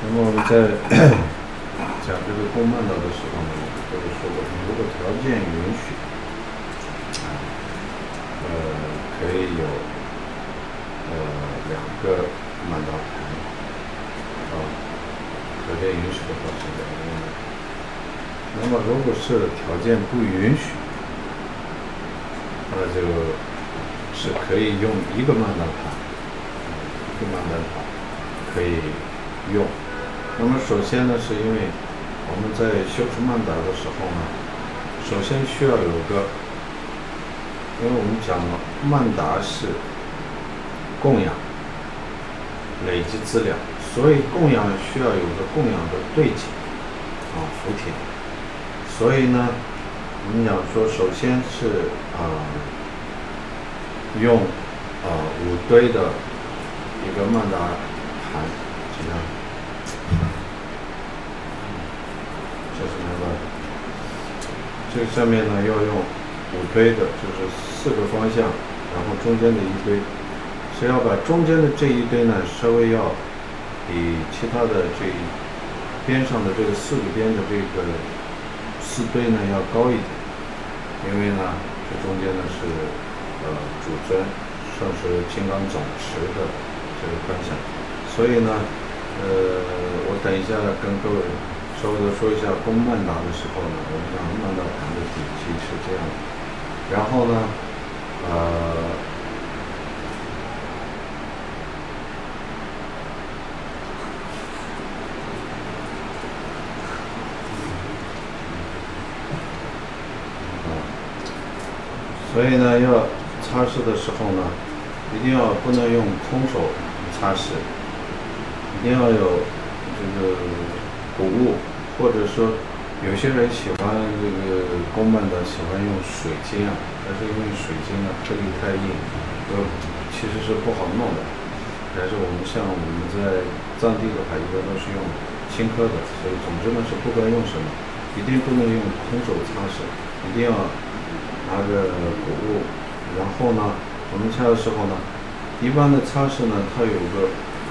那么我们在讲这个供曼达的时候呢，就是说过，如果条件允许，可以有两个曼达盘，条件允许的话是两个曼达盘。那么如果是条件不允许，那就是可以用一个曼达盘，一个曼达盘可以用。那么首先呢，是因为我们在修持曼达的时候呢，首先需要有个，因为我们讲了曼达是供养、累积资粮，所以供养需要有个供养的对境福田。所以呢，我们讲说，首先是用5堆的一个曼达盘，这样。这是那个，这个上面呢要用5堆的，就是4个方向，然后中间的一堆，是要把中间的这一堆呢稍微要比其他的这边上的这个4个边的这个4堆呢要高一点，因为呢这中间呢是主尊圣是金刚总持的这个方向，所以呢我等一下跟各位稍微的说一下供曼达的时候呢，我们讲曼达盘的底气是这样的。然后呢，所以呢，要擦拭的时候呢，一定要不能用空手擦拭，一定要有这个谷物。或者说有些人喜欢这个供曼达喜欢用水晶但是因为水晶颗粒太硬，其实是不好弄的。但是我们像我们在藏地的话，一般都是用青稞的，所以总之呢是不管用什么，一定不能用空手擦拭，一定要拿着谷物。然后呢，我们擦的时候呢，一般的擦拭呢，它有个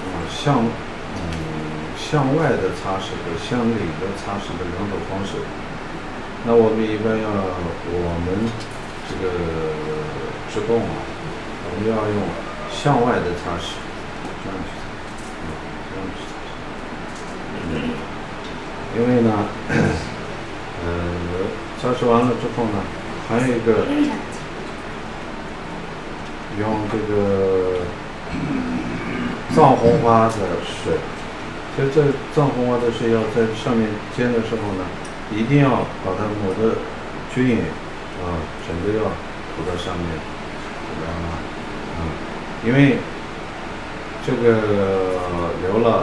向外的擦拭和向里的擦拭的2种方式。那我们一般我们这个制供我们要用向外的擦拭，这样去擦，因为呢，擦拭完了之后呢，还有一个用这个藏红花的水。所以这藏红花的水要在上面煎的时候呢，一定要把它抹得均匀整个要涂到上面，知道吗？因为这个流了，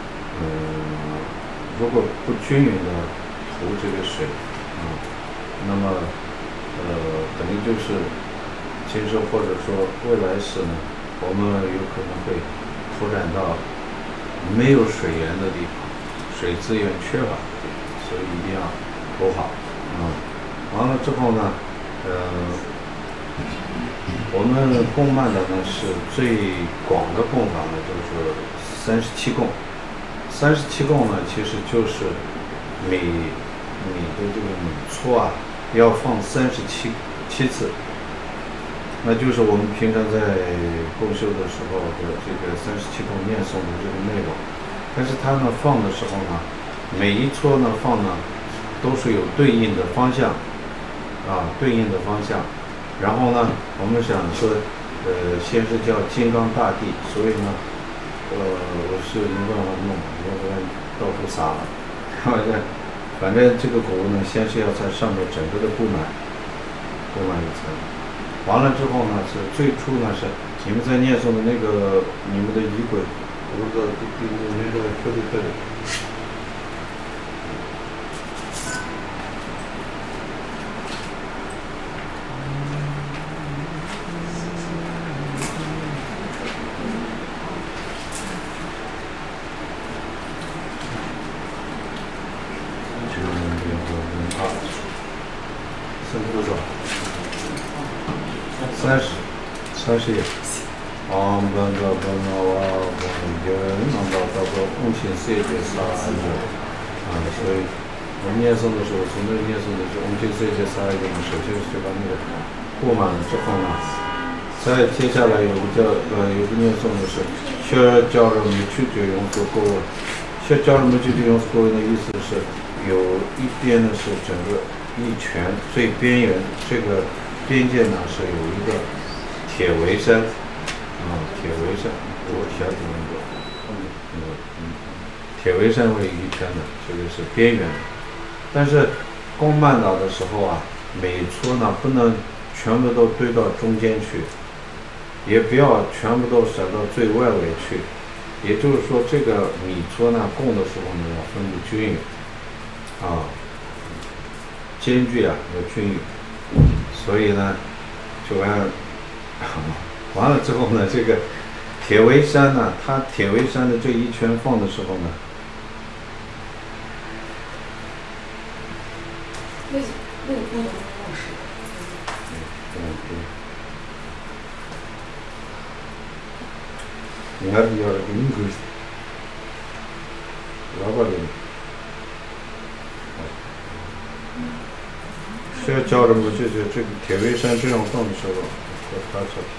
如果不均匀的涂这个水，那么等于就是今生或者说未来世呢，我们有可能会拓展到没有水源的地方，水资源缺乏的地方，所以一定要涂好。完了之后呢，我们供曼达呢是最广的供法呢，就是37供。37供呢，其实就是每的这个每撮要放37次。那就是我们平常在共修的时候的这个37供念诵的这个内容，但是它呢放的时候呢，每一撮呢放呢都是有对应的方向，对应的方向。然后呢，我们想说，先是叫金刚大地，所以呢，我是没办法弄，要不然到处撒了。反正这个谷物呢，先是要在上面整个的布满一层。完了之后呢，是最初呢是你们在念诵的那个你们的仪轨，我不知道那个特别。30页。 本的本那哇本的那到共情世界啥的所以我们念诵的时候，从这念诵的时候，共情世界啥的，首先是把那个过满了之后呢，再接下来有个念诵的是，学教人们去就用作过问，学教人们去就用作过问的意思是，有一边呢是整个一拳最边缘这个边界呢是有一个铁围山。铁围山，我想起那个，铁围山为一圈的，这个是边缘。但是供曼达的时候啊，每撮呢不能全部都堆到中间去，也不要全部都甩到最外围去。也就是说，这个米撮呢供的时候呢要分布均匀，间距啊要均匀。所以呢，就按。完了之后呢，这个铁围山呢，它铁围山的这一圈放的时候呢， 为不能放矢。 你看你要的应该是，老板的，需要教人们这个铁围山这样放的时候，要打出来。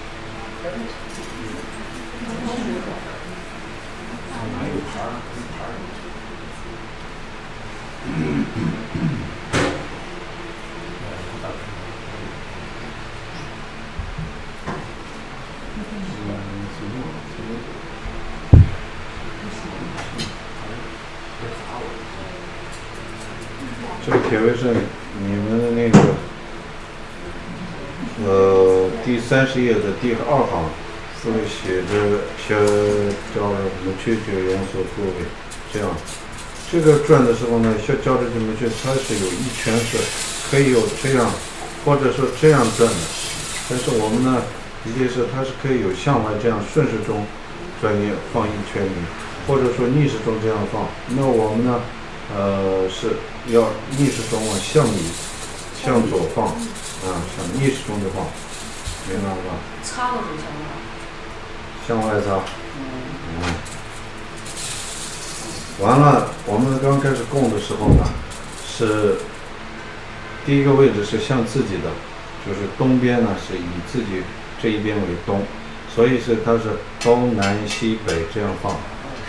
这个铁围山，你们的那个第30页的第2行，这里写着学教人们去就用所作为，这样。这个转的时候呢，学教人们去，它是有一圈是可以有这样，或者说这样转的。但是我们呢，理解是它是可以有向外这样顺时钟转一放一圈里，或者说逆时钟这样放。那我们呢，是要逆时钟向里向左放，向逆时钟的放。明白了吧？ 擦的时候向外擦。完了，我们刚开始供的时候呢，是第一个位置是向自己的，就是东边呢是以自己这一边为东，所以是它是东南西北这样放。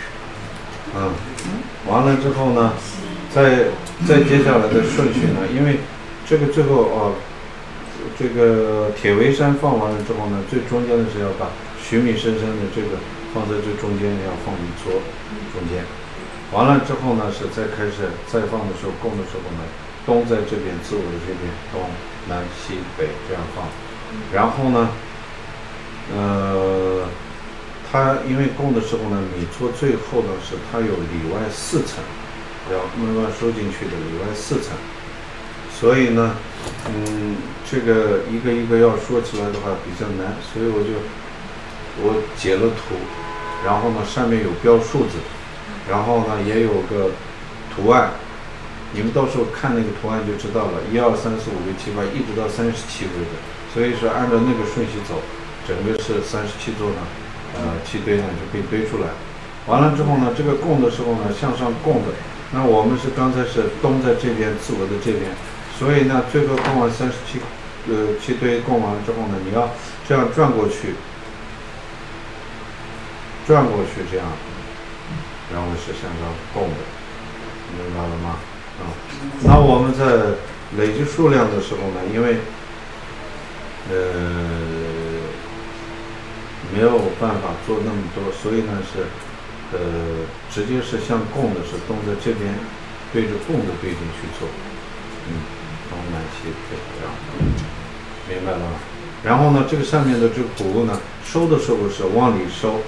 完了之后呢，再接下来的顺序呢，因为这个最后这个铁围山放完了之后呢，最中间的是要把须弥深深的这个放在最中间，要放一撮中间。完了之后呢，是再开始再放的时候，供的时候呢，东在这边，自我的这边，东南西北这样放。然后呢，它因为供的时候呢，米撮最后呢是它有里外4层，要慢慢收进去的里外4层。所以呢，这个一个一个要说起来的话比较难，所以我截了图，然后呢上面有标数字，然后呢也有个图案，你们到时候看那个图案就知道了，1、2、3、4、5、6、7、8，一直到37为止，所以说按照那个顺序走，整个是37座呢，气堆呢就可以堆出来。完了之后呢，这个供的时候呢，向上供的，那我们是刚才是东在这边，自我的这边。所以呢，最后供完气堆供完之后呢，你要这样转过去这样，然后是向上供的，明白了吗？那我们在累积数量的时候呢，因为没有办法做那么多，所以呢是直接是向供的是东在这边对着供的对进去做，东南西北这样，明白了吗？然后呢，这个上面的这个补物呢，收的时候是往里收，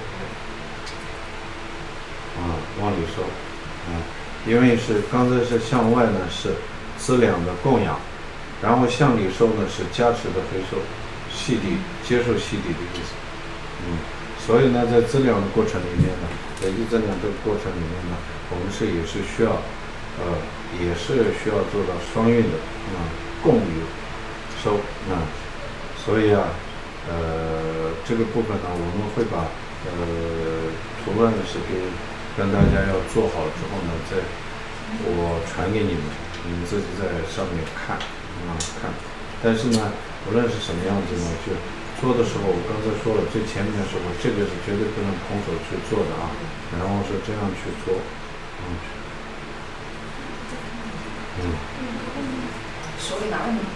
往里收，因为是刚才是向外呢是资粮的供养，然后向里收呢是加持的回收，洗涤接受洗涤的意思，所以呢，在资粮的过程里面呢，累积资粮这个过程里面呢，我们也是需要。也是需要做到双运的，供与收，所以这个部分呢，我们会把图案是跟大家要做好之后呢，我传给你们，你们自己在上面看看。但是呢，无论是什么样子呢，就做的时候，我刚才说了，最前面的时候，这个是绝对不能空手去做的啊，然后是这样去做， 手里拿着呢。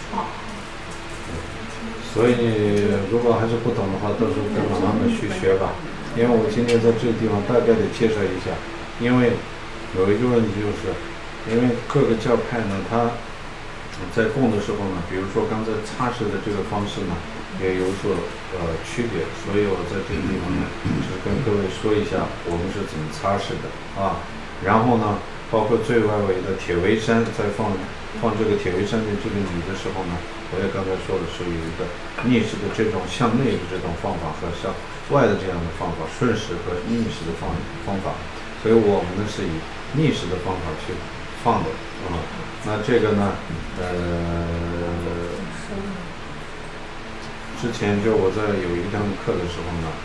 所以你如果还是不懂的话，到时候跟老妈们去学吧。因为我今天在这个地方大概的介绍一下，因为有一个问题就是，因为各个教派呢，它在供的时候呢，比如说刚才擦拭的这个方式呢，也有所区别，所以我在这个地方呢，是跟各位说一下我们是怎么擦拭的啊。然后呢，包括最外围的铁围山，在放这个铁围山的这个泥的时候呢，我也刚才说的是有一个逆时的这种向内的这种方法和向外的这样的方法，顺时和逆时的方法，所以我们呢是以逆时的方法去放的啊。那这个呢，之前就我在有一堂课的时候呢，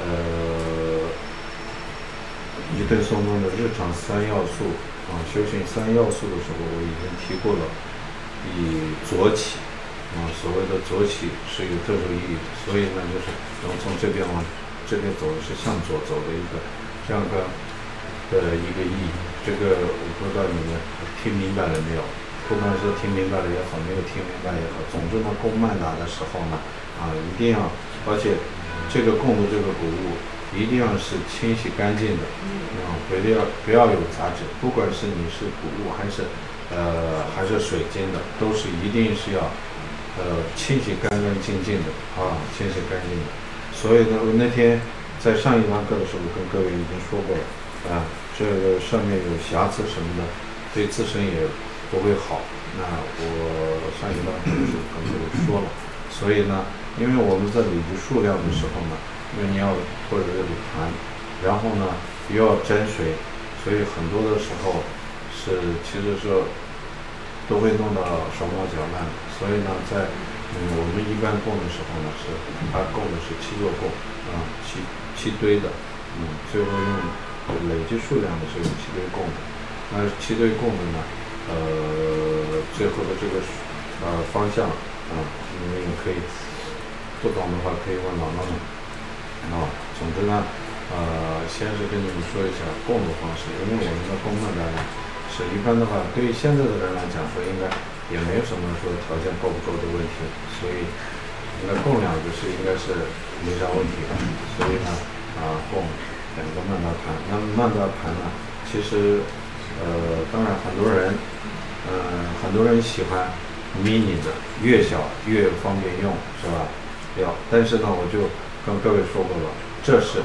一对松中的日常3要素修行3要素的时候，我已经提过了，以左起所谓的左起是有特殊意义的，所以呢，就是我们从这边往这边走是向左走的一个这样的一个意义。这个我不知道你们听明白了没有？不管是听明白了也好，没有听明白也好，总之呢，供曼达的时候呢，一定要，而且这个供的这个谷物一定要是清洗干净的，不要有杂质，不管是你是谷物还是水晶的，都是一定是要清洗干干净净的清洗干净的。所以呢，我那天在上一堂课的时候跟各位已经说过了这个上面有瑕疵什么的，对自身也不会好。那我上一堂课的时候跟各位说了，所以呢，因为我们在累积数量的时候呢，因为你要拖着这个盘，然后呢又要沾水，所以很多的时候其实是都会弄到手忙脚乱的。所以呢，在我们一般供的时候呢，它供的是7座供七堆的，最后用累积数量的是用7堆供的。那7堆供的呢，最后的这个方向你们也可以不懂的话可以问老妈们总之呢，先是跟你们说一下供的方式，因为我们的供曼达呢是一般的话，对于现在的人来讲说应该也没有什么说条件够不够的问题，所以应该供2个应该是没啥问题的。所以呢，供2个曼达盘。那么曼达盘呢，其实当然很多人喜欢mini的，越小越方便用，是吧？但是呢，我就跟各位说过了，这是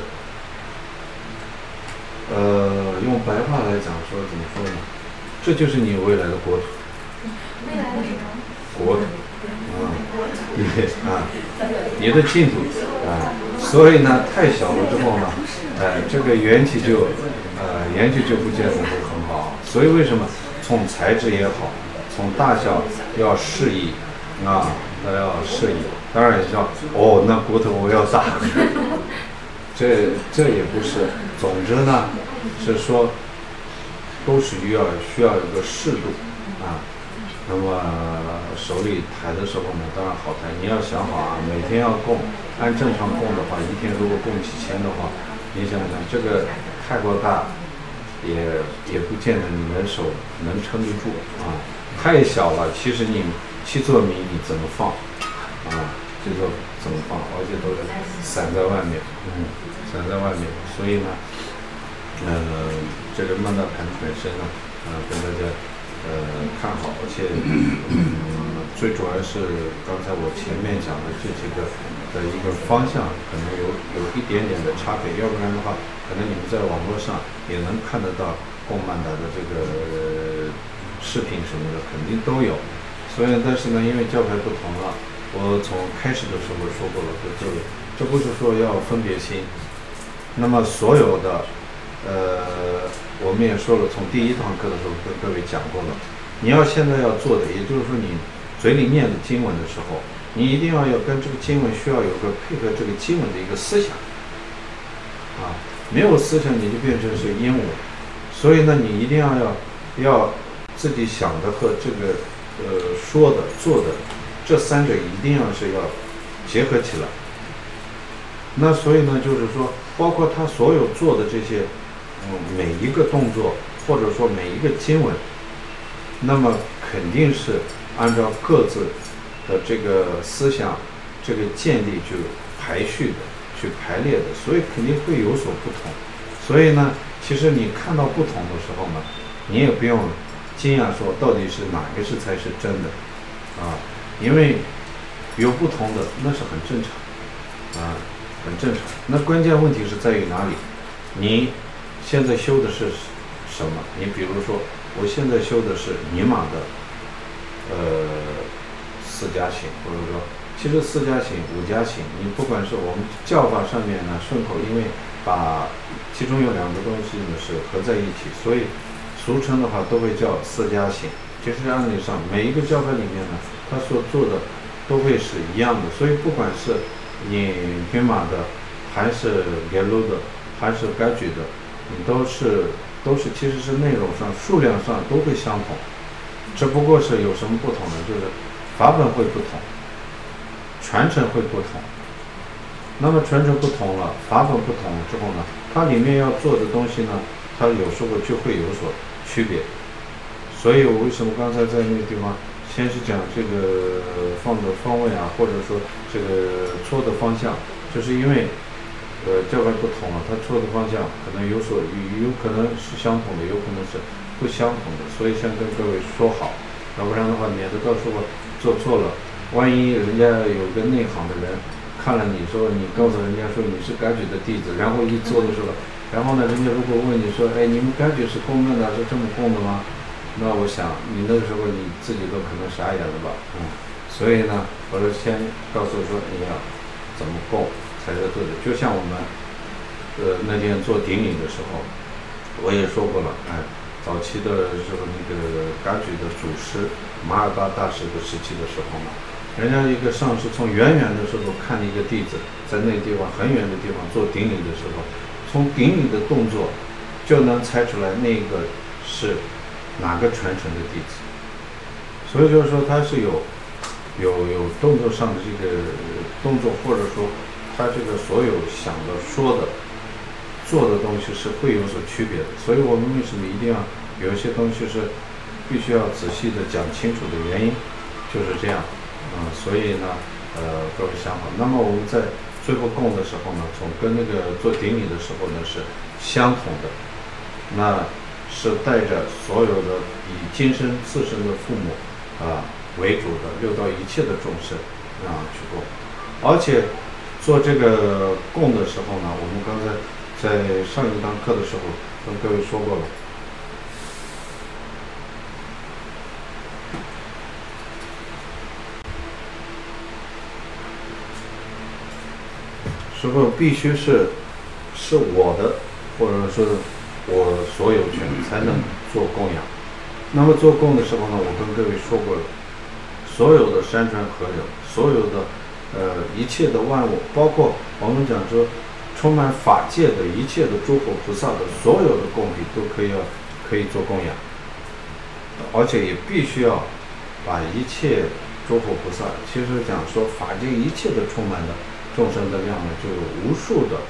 用白话来讲说怎么说呢？这就是你未来的国土。 未来的什么？ 国土你的净土所以呢，太小了之后呢，这个元气就不见得会很好。所以为什么从材质也好，从大小要适宜要适宜。当然也叫那骨头我要大，这也不是。总之呢，是说都是需要一个适度那么手里抬的时候呢，当然好抬。你要想好每天要供，按正常供的话，一天如果供几千的话，你想想这个太过大，也不见得你们手能撑得住太小了，其实你7座米你怎么放7座怎么放，而且都是散在外面散在外面。所以呢，这个曼达盘本身呢，跟大家看好，而且最主要是刚才我前面讲的这几个的一个方向可能有一点点的差别，要不然的话，可能你们在网络上也能看得到供曼达的这个视频什么的，肯定都有。所以，但是呢，因为教派不同了，我从开始的时候说过了，对各位，这不是说要分别心。那么所有的我们也说了，从第1堂课的时候跟各位讲过了，你要现在要做的，也就是说你嘴里念的经文的时候， 你一定要跟这个经文需要有个配合这个经文的一个思想啊，没有思想你就变成是鹦鹉，所以呢，你一定要自己想的和这个说的做的这三者一定是要结合起来。那所以呢，就是说，包括他所有做的这些每一个动作，或者说每一个经文，那么肯定是按照各自的这个思想这个建立去排序的，去排列的，所以肯定会有所不同。所以呢，其实你看到不同的时候呢，你也不用惊讶说到底是哪个才是真的啊，因为有不同的那是很正常啊，很正常。那关键问题是在于哪里？你现在修的是什么？你比如说，我现在修的是尼玛的四加行，或者说其实四加行、五加行，你不管是我们叫法上面呢顺口，因为把其中有两个东西呢是合在一起，所以俗称的话都会叫四加行。其实按理上每一个教法里面呢，它所做的都会是一样的，所以不管是你编码的，还是连录的，还是该举的，你都是其实是内容上、数量上都会相同，只不过是有什么不同呢？就是法本会不同，传承会不同。那么传承不同了，法本不同了之后呢，它里面要做的东西呢，它有时候就会有所区别。所以我为什么刚才在那个地方先是讲这个放的方位啊，或者说这个搓的方向，就是因为教派不同了，它搓的方向可能有可能是相同的，有可能是不相同的，所以先跟各位说好，要不然的话免得到时候做错了，万一人家有个内行的人看了你说你告诉人家说你是该举的弟子，然后一做的时候，然后呢人家如果问你说，哎，你们该举是供的是这么供的吗？那我想你那个时候你自己都可能傻眼了吧，所以呢，我就先告诉说你要怎么供才是对的。就像我们那天做顶礼的时候，我也说过了，早期的时候那个噶举的祖师马尔巴大师的时期的时候呢，人家一个上师从远远的时候看一个弟子在那个地方很远的地方做顶礼的时候，从顶礼的动作就能猜出来那个是哪个传承的弟子。所以就是说他是有动作上的这个动作，或者说他这个所有想的说的做的东西是会有所区别的。所以我们为什么一定要有一些东西是必须要仔细的讲清楚的原因就是这样所以呢各位想好，那么我们在最后供的时候呢，从跟那个做顶礼的时候呢是相同的，那是带着所有的以今生自身的父母为主的六道一切的众生去供。而且做这个供的时候呢，我们刚才在上一堂课的时候跟各位说过了，时候必须是我的，或者是我所有权才能做供养。那么做供的时候呢，我跟各位说过了，所有的山川河流，所有的一切的万物，包括我们讲说充满法界的一切的诸佛菩萨的所有的供品都可以做供养，而且也必须要把一切诸佛菩萨，其实讲说法界一切的充满的众生的量呢，就有无数的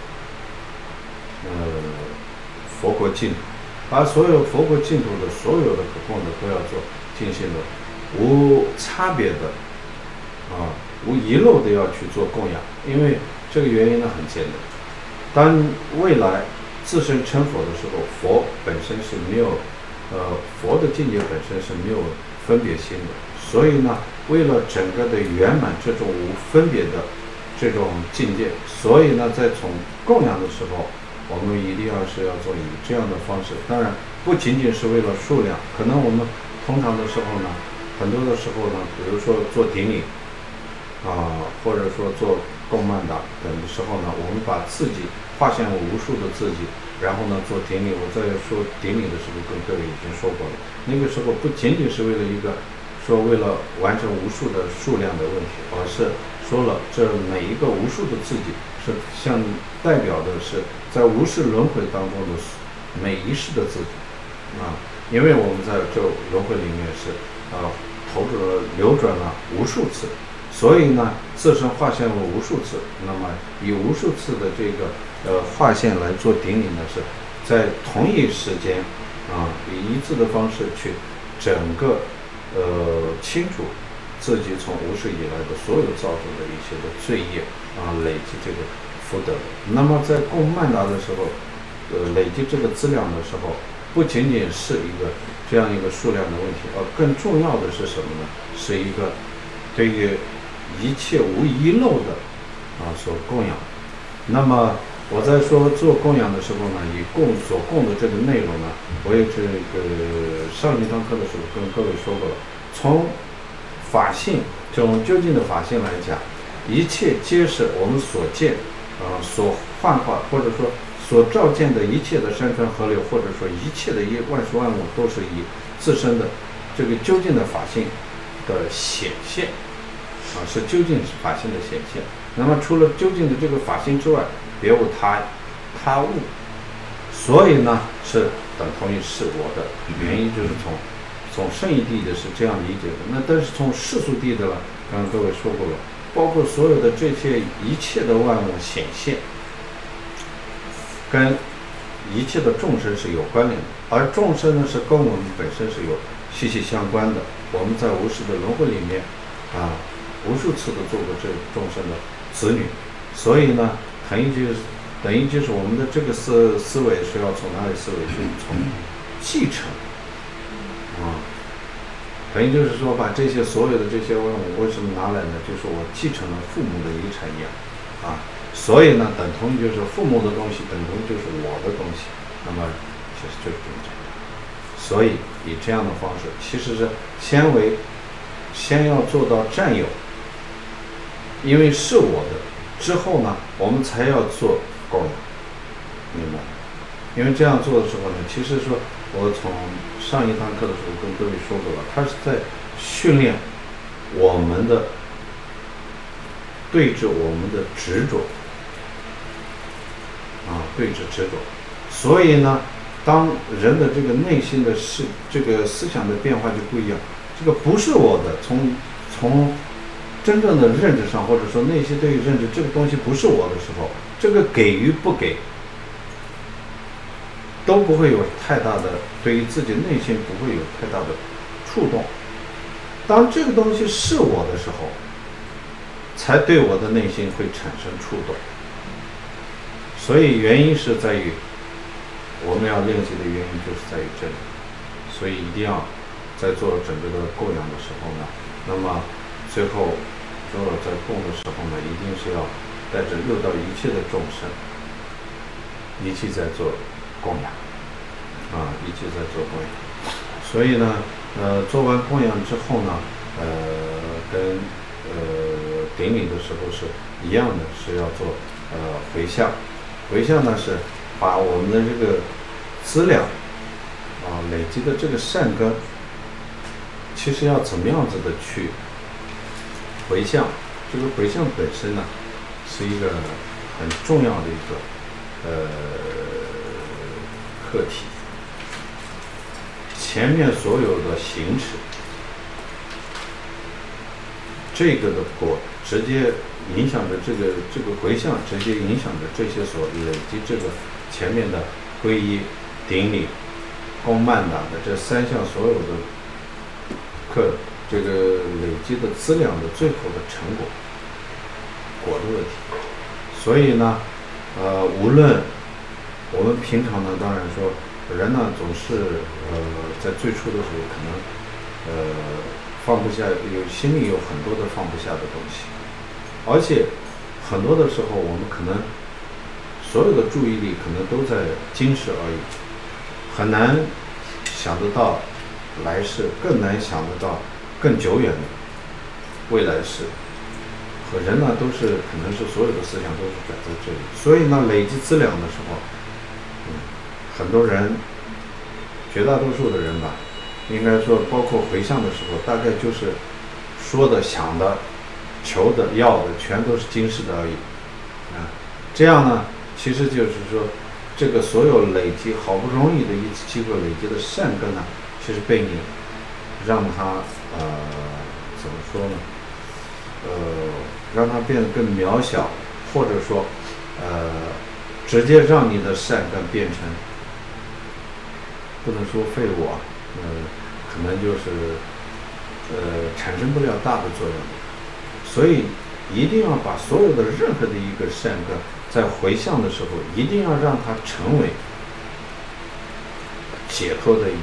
佛国净土，把所有佛国净土的所有的可供的都要做尽心的，无差别的无遗漏的要去做供养。因为这个原因呢很简单，当未来自身成佛的时候，佛本身是没有佛的境界本身是没有分别心的，所以呢为了整个的圆满这种无分别的这种境界，所以呢在从供养的时候，我们一定要做以这样的方式。当然不仅仅是为了数量，可能我们通常的时候呢，很多的时候呢，比如说做顶礼或者说做供曼达等的时候呢，我们把自己化现为无数的自己，然后呢做顶礼。我在说顶礼的时候跟各位已经说过了，那个时候不仅仅是为了一个说为了完成无数的数量的问题，而是说了这每一个无数的自己是代表的是在无世轮回当中的每一世的自己啊，因为我们在这轮回里面是流转了无数次，所以呢自身划线了无数次，那么以无数次的这个划线来做顶礼呢，是在同一时间啊，以一致的方式去整个清除自己从无始以来的所有造作的一些的罪业啊，累积这个福德。那么在供曼达的时候，累积这个资粮的时候，不仅仅是一个这样一个数量的问题，更重要的是什么呢？是一个对于一切无遗漏的所供养。那么我在说做供养的时候呢，所供的这个内容呢，我也这个上一堂课的时候跟各位说过了。从法性这种究竟的法性来讲，一切皆是我们所见所幻化或者说所照见的一切的山川河流，或者说一切的万事万物，都是以自身的这个究竟的法性的显现是究竟法性的显现。那么除了究竟的这个法性之外，别无他物，所以呢是等同于是我的。原因就是从圣义地的是这样理解的，那但是从世俗地的了，刚刚各位说过了，包括所有的这些一切的万物显现，跟一切的众生是有关联的，而众生呢是跟我们本身是有息息相关的。我们在无始的轮回里面无数次的做过这众生的子女，所以呢等于就是我们的这个思维是要从哪里思维？是从继承等于就是说把这些所有的这些万物为什么拿来呢？就是我继承了父母的遗产一样所以呢等同于就是父母的东西等同于就是我的东西，那么其实就是这样。所以以这样的方式，其实是先要做到占有，因为是我的，之后呢我们才要做供养，明白？因为这样做的时候呢，其实说我从上一堂课的时候跟各位说过了，它是在训练我们的对峙我们的执着对峙执着。所以呢当人的这个内心的这个思想的变化就不一样，这个不是我的，从真正的认知上，或者说内心对于认知这个东西不是我的时候，这个给与不给都不会有太大的，对于自己内心不会有太大的触动。当这个东西是我的时候，才对我的内心会产生触动。所以原因是在于我们要练习的原因就是在于这里。所以一定要在做整个的供养的时候呢，那么最后在供的时候呢，一定是要带着诱导一切的众生一起在做供养一起在做供养。所以呢做完供养之后呢跟顶礼的时候是一样的，是要做回向。回向呢是把我们的这个资粮累积的这个善根，其实要怎么样子的去回向。这个回向本身呢是一个很重要的一个课题。前面所有的行持，这个的果直接影响着这个回向，直接影响着这些所累积这个前面的皈依、顶礼、供曼达的这三项所有的这个累积的资粮的最后的成果的问题。所以呢无论我们平常呢，当然说人呢总是在最初的时候可能放不下，心里有很多的放不下的东西，而且很多的时候我们可能所有的注意力可能都在今世而已，很难想得到来世，更难想得到更久远的未来世。和人呢都是可能是所有的思想都是摆在这里。所以呢累积资粮的时候很多人绝大多数的人吧， 应该说包括回向的时候，大概就是说的、想的、求的、要的，全都是今世的而已。这样呢，其实就是说，这个所有累积好不容易的一次机会累积的善根呢，其实被你让它怎么说呢？让它变得更渺小，或者说直接让你的善根变成不能说废物啊，可能就是产生不了大的作用。所以一定要把所有的任何的一个善根，在回向的时候，一定要让它成为解脱的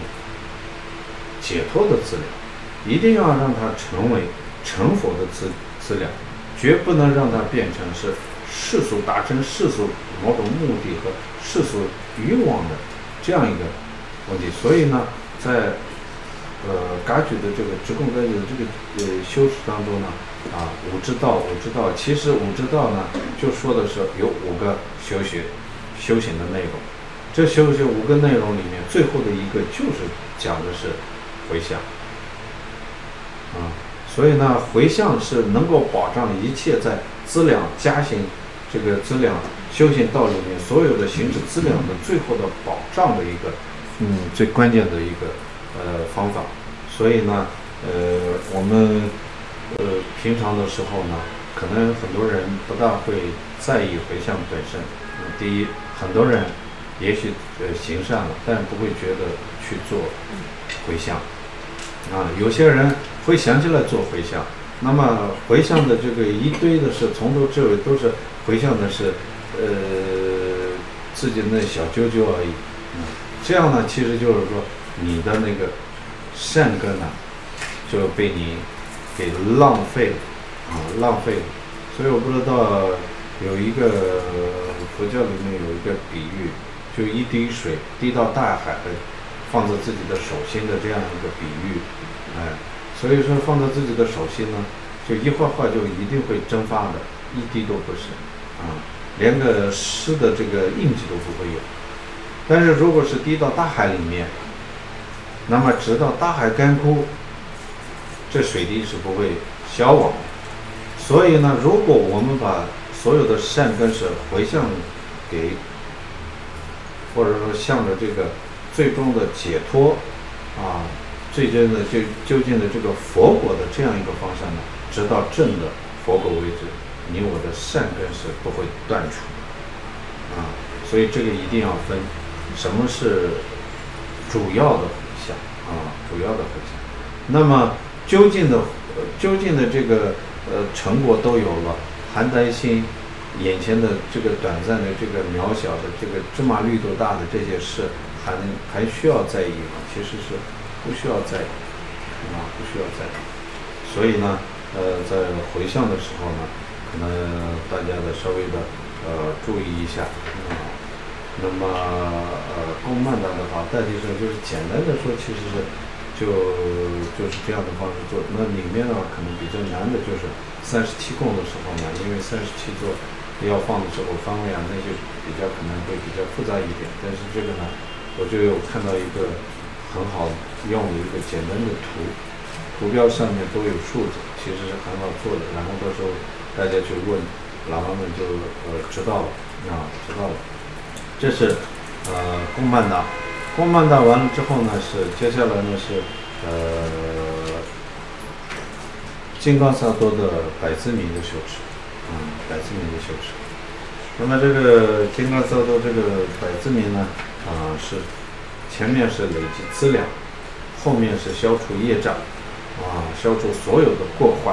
资料，一定要让它成为成佛的资料，绝不能让它变成是世俗达成世俗某种目的和世俗欲望的这样一个问题。所以呢，在噶举的这个直供根的这个修持当中呢，五之道，其实五之道呢，就说的是有5个修行的内容。这修行5个内容里面，最后的一个就是讲的是回向。所以呢，回向是能够保障一切在资粮加行这个资粮修行道里面所有的行持资粮的最后的保障的一个最关键的一个方法。所以呢，我们平常的时候呢，可能很多人不大会在意回向本身。第一，很多人也许行善了，但不会觉得去做回向。有些人会想起来做回向，那么回向的这个一堆的是从头至尾都是回向的是自己的小啾啾而已。这样呢，其实就是说你的那个善根呢就被你给浪费了。所以我不知道有一个佛教里面有一个比喻，就一滴水滴到大海的放在自己的手心的这样一个比喻。所以说放在自己的手心呢，就一会儿就一定会蒸发的，一滴都不是连个湿的这个印记都不会有。但是如果是滴到大海里面，那么直到大海干枯，这水滴是不会消亡的。所以呢，如果我们把所有的善根是回向给，或者说向着这个最终的解脱最终的究竟的这个佛果的这样一个方向呢，直到正的佛果为止，你我的善根是不会断除所以这个一定要分什么是主要的回向那么究竟的这个成果都有了，还担心眼前的这个短暂的这个渺小的这个芝麻绿豆大的这些事还需要在意吗？其实是不需要在意所以呢在回向的时候呢，可能大家的稍微的注意一下那么供曼达的话，大体上就是简单的说，其实是就是这样的方式做。那里面呢，可能比较难的就是37供的时候呢，因为37座要放的时候方位那就可能会比较复杂一点。但是这个呢，我就有看到一个很好用的一个简单的图标上面都有数字，其实是很好做的。然后到时候大家去问喇嘛们就知道了。这是供曼达。供曼达完了之后呢，是接下来呢是金刚萨埵的百字明的修持。那么这个金刚萨埵这个百字明呢是前面是累积资粮，后面是消除业障消除所有的过患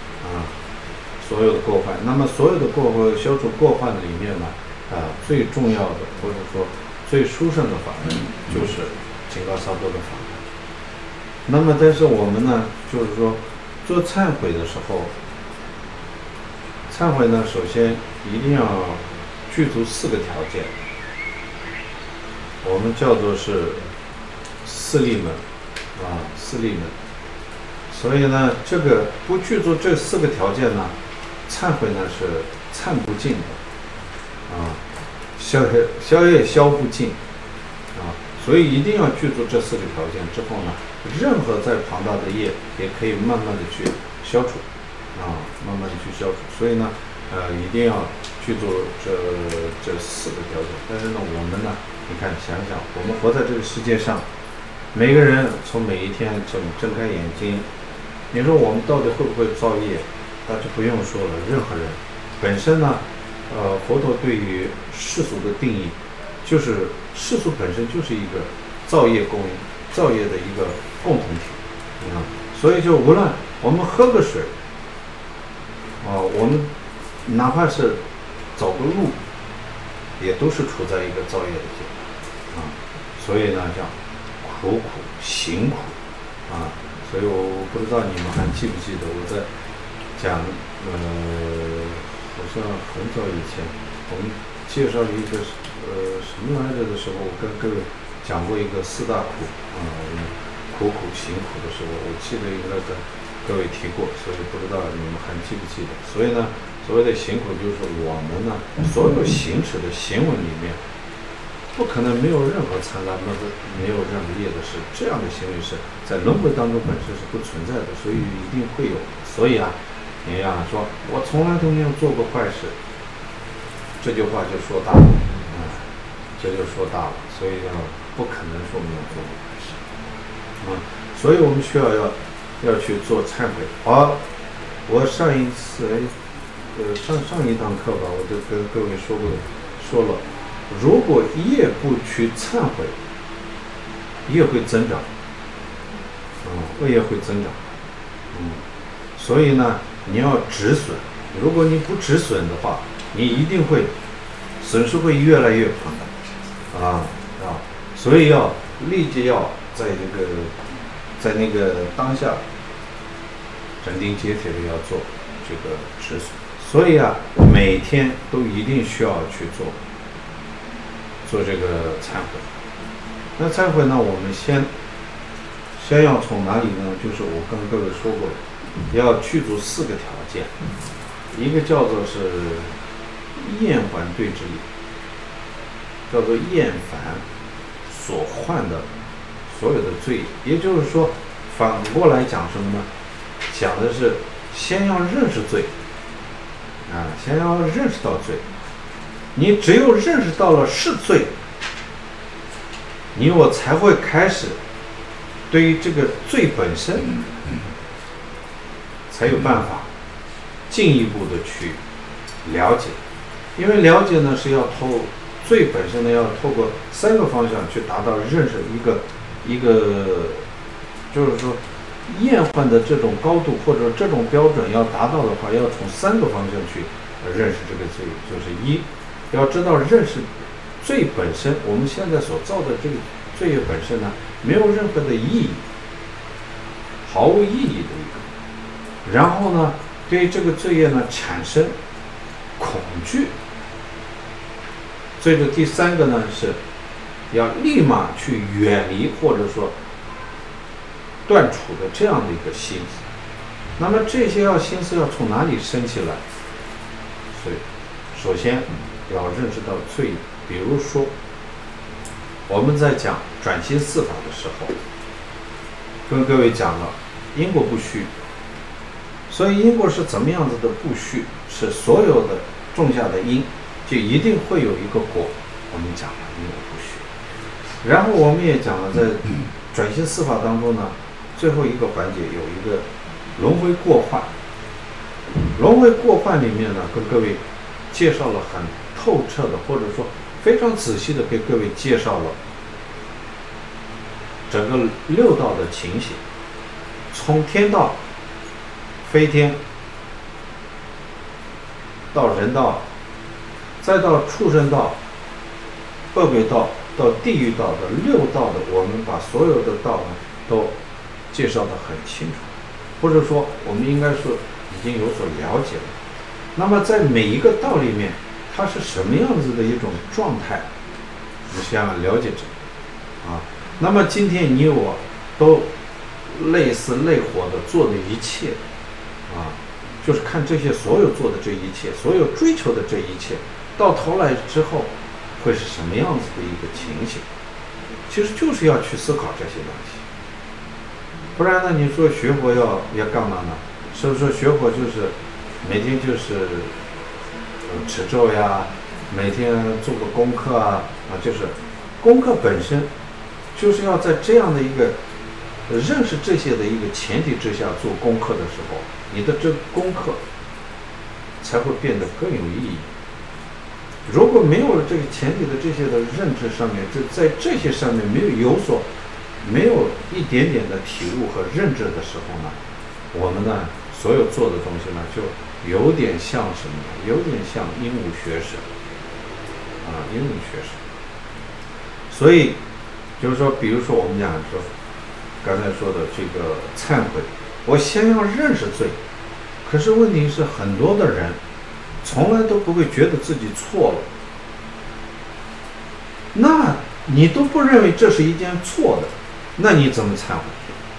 那么所有的消除过患里面呢最重要的或者说最殊胜的法门就是金刚萨埵的法门。那么但是我们呢，就是说做忏悔的时候，忏悔呢首先一定要具足4个条件，我们叫做是四力门所以呢，这个不具足这4个条件呢，忏悔呢是忏不尽的消业消不尽所以一定要具足这4个条件之后呢，任何再庞大的业也可以慢慢的去消除，慢慢的去消除。所以呢，一定要具足这4个条件。但是呢，我们呢，你看想想，我们活在这个世界上，每个人从每一天睁开眼睛，你说我们到底会不会造业？那就不用说了，任何人本身呢，佛陀对于世俗的定义，就是世俗本身就是一个造业的一个共同体，所以就无论我们喝个水，我们哪怕是走个路，也都是处在一个造业的阶段，所以呢，叫苦行苦，所以我不知道你们还记不记得我在讲，好像很早以前我们介绍一个什么来着的时候，我跟各位讲过一个4大苦，苦行苦的时候，我记得应该跟各位提过，所以不知道你们还记不记得。所以呢，所谓的行苦就是我们呢所有行持的行为里面，不可能没有任何掺杂，没有任何业的事，这样的行为是在轮回当中本身是不存在的，所以一定会有。所以你要说我从来都没有做过坏事，这句话就说大了，这就说大了，所以不可能说没有做过坏事，所以我们需要去做忏悔。我上一次上一堂课吧，我就跟各位说了，如果业不去忏悔，业会增长，恶业会增长，所以呢，你要止损。如果你不止损的话，你一定会损失会越来越庞大，所以要立即要在那个当下斩钉截铁的要做这个止损。所以每天都一定需要去做这个忏悔。那忏悔呢，我们先要从哪里呢？就是我跟各位说过，要具足4个条件，一个叫做是厌烦对之理，叫做厌烦所患的所有的罪。也就是说，反过来讲什么呢？讲的是先要认识罪，先要认识到罪。你只有认识到了是罪，我才会开始对于这个罪本身才有办法进一步的去了解。因为了解呢是要罪本身呢要透过3个方向去达到认识一个就是说厌患的这种高度或者这种标准要达到的话，要从3个方向去认识这个罪。就是一，要知道认识罪本身，我们现在所造的这个罪业本身呢，没有任何的意义，毫无意义的一个。然后呢，对于这个罪业呢产生恐惧。所以第3个呢是要立马去远离或者说断除的这样的一个心思。那么这些心思要从哪里生起来？所以首先要认识到罪。比如说我们在讲转心4法的时候，跟各位讲了因果不虚。所以因果是怎么样子的不虚？是所有的种下的因就一定会有一个果。我们讲了因果不虚。然后我们也讲了在转心4法当中呢，最后一个环节有一个轮回过患。轮回过患里面呢，跟各位介绍了很透彻的，或者说非常仔细的给各位介绍了整个6道的情形，从天道、飞天到人道，再到畜生道、恶鬼道到地狱道的6道的，我们把所有的道呢都介绍得很清楚，或者说我们应该说已经有所了解了。那么在每一个道里面，它是什么样子的一种状态，你先要了解这个那么今天你我都累死累活的做的一切就是看这些所有做的这一切，所有追求的这一切，到头来之后会是什么样子的一个情形。 其实就是要去思考这些东西。不然呢，你说学佛要干嘛呢？是不是说学佛就是每天就是持咒呀，每天做个功课啊，就是功课本身就是要在这样的一个认识这些的一个前提之下做功课的时候，你的这个功课才会变得更有意义。如果没有了这个前提的这些的认知上面，就在这些上面没有一点点的体悟和认知的时候呢，我们呢所有做的东西呢，就有点像什么呢？有点像鹦鹉学舌鹦鹉学舌。所以就是说，比如说我们讲说刚才说的这个忏悔，我先要认识罪，可是问题是很多的人从来都不会觉得自己错了，那你都不认为这是一件错的，那你怎么忏悔？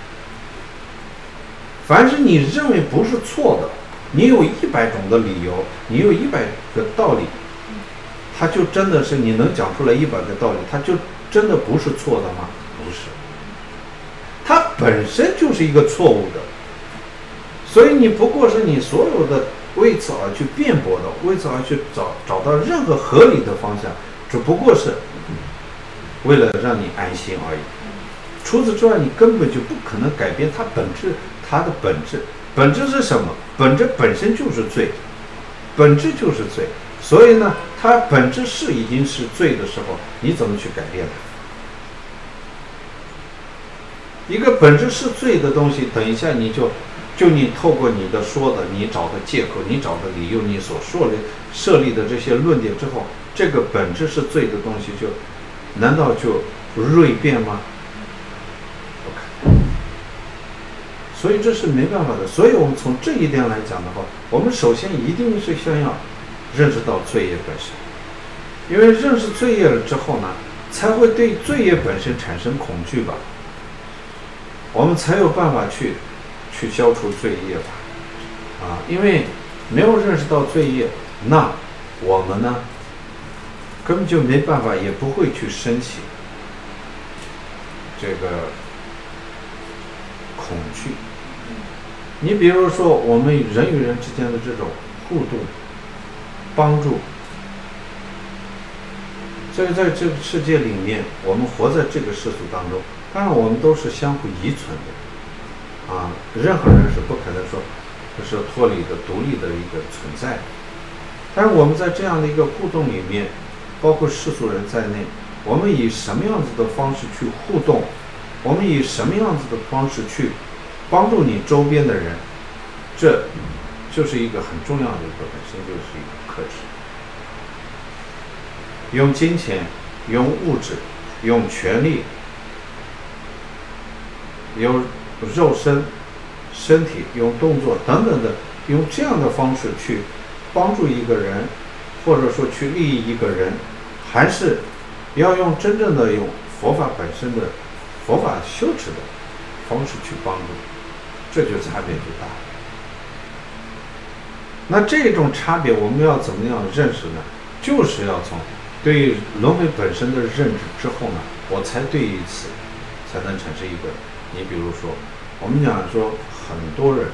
凡是你认为不是错的，你有100种的理由，你有100个道理，它就真的是你能讲出来100个道理，它就真的不是错的吗？不是，它本身就是一个错误的。所以你不过是你所有的为此而去辩驳的，为此而去找到任何合理的方向，只不过是为了让你安心而已。除此之外，你根本就不可能改变它本质。它的本质是什么？本质本身就是罪，本质就是罪。所以呢，它本质是已经是罪的时候，你怎么去改变它？一个本质是罪的东西，等一下你你透过你的说的，你找的借口，你找的理由，你所设立的这些论点之后，这个本质是罪的东西难道就锐变吗？不可能。所以这是没办法的。所以我们从这一点来讲的话，我们首先一定是先要认识到罪业本身，因为认识罪业了之后呢，才会对罪业本身产生恐惧吧，我们才有办法去消除罪业吧。因为没有认识到罪业，那我们呢根本就没办法，也不会去升起这个恐惧。你比如说我们人与人之间的这种互动帮助，在这个世界里面，我们活在这个世俗当中，当然我们都是相互依存的任何人是不可能说是脱离的独立的一个存在。但是我们在这样的一个互动里面，包括世俗人在内，我们以什么样子的方式去互动，我们以什么样子的方式去帮助你周边的人，这就是一个很重要的一个，本身就是一个课题。用金钱，用物质，用权力，用肉身体，用动作等等的，用这样的方式去帮助一个人，或者说去利益一个人，还是要用真正的用佛法本身的佛法修持的方式去帮助，这就差别就大了。那这种差别我们要怎么样认识呢？就是要从对于轮回本身的认知之后呢，我才对于此才能产生一个。你比如说我们讲说很多人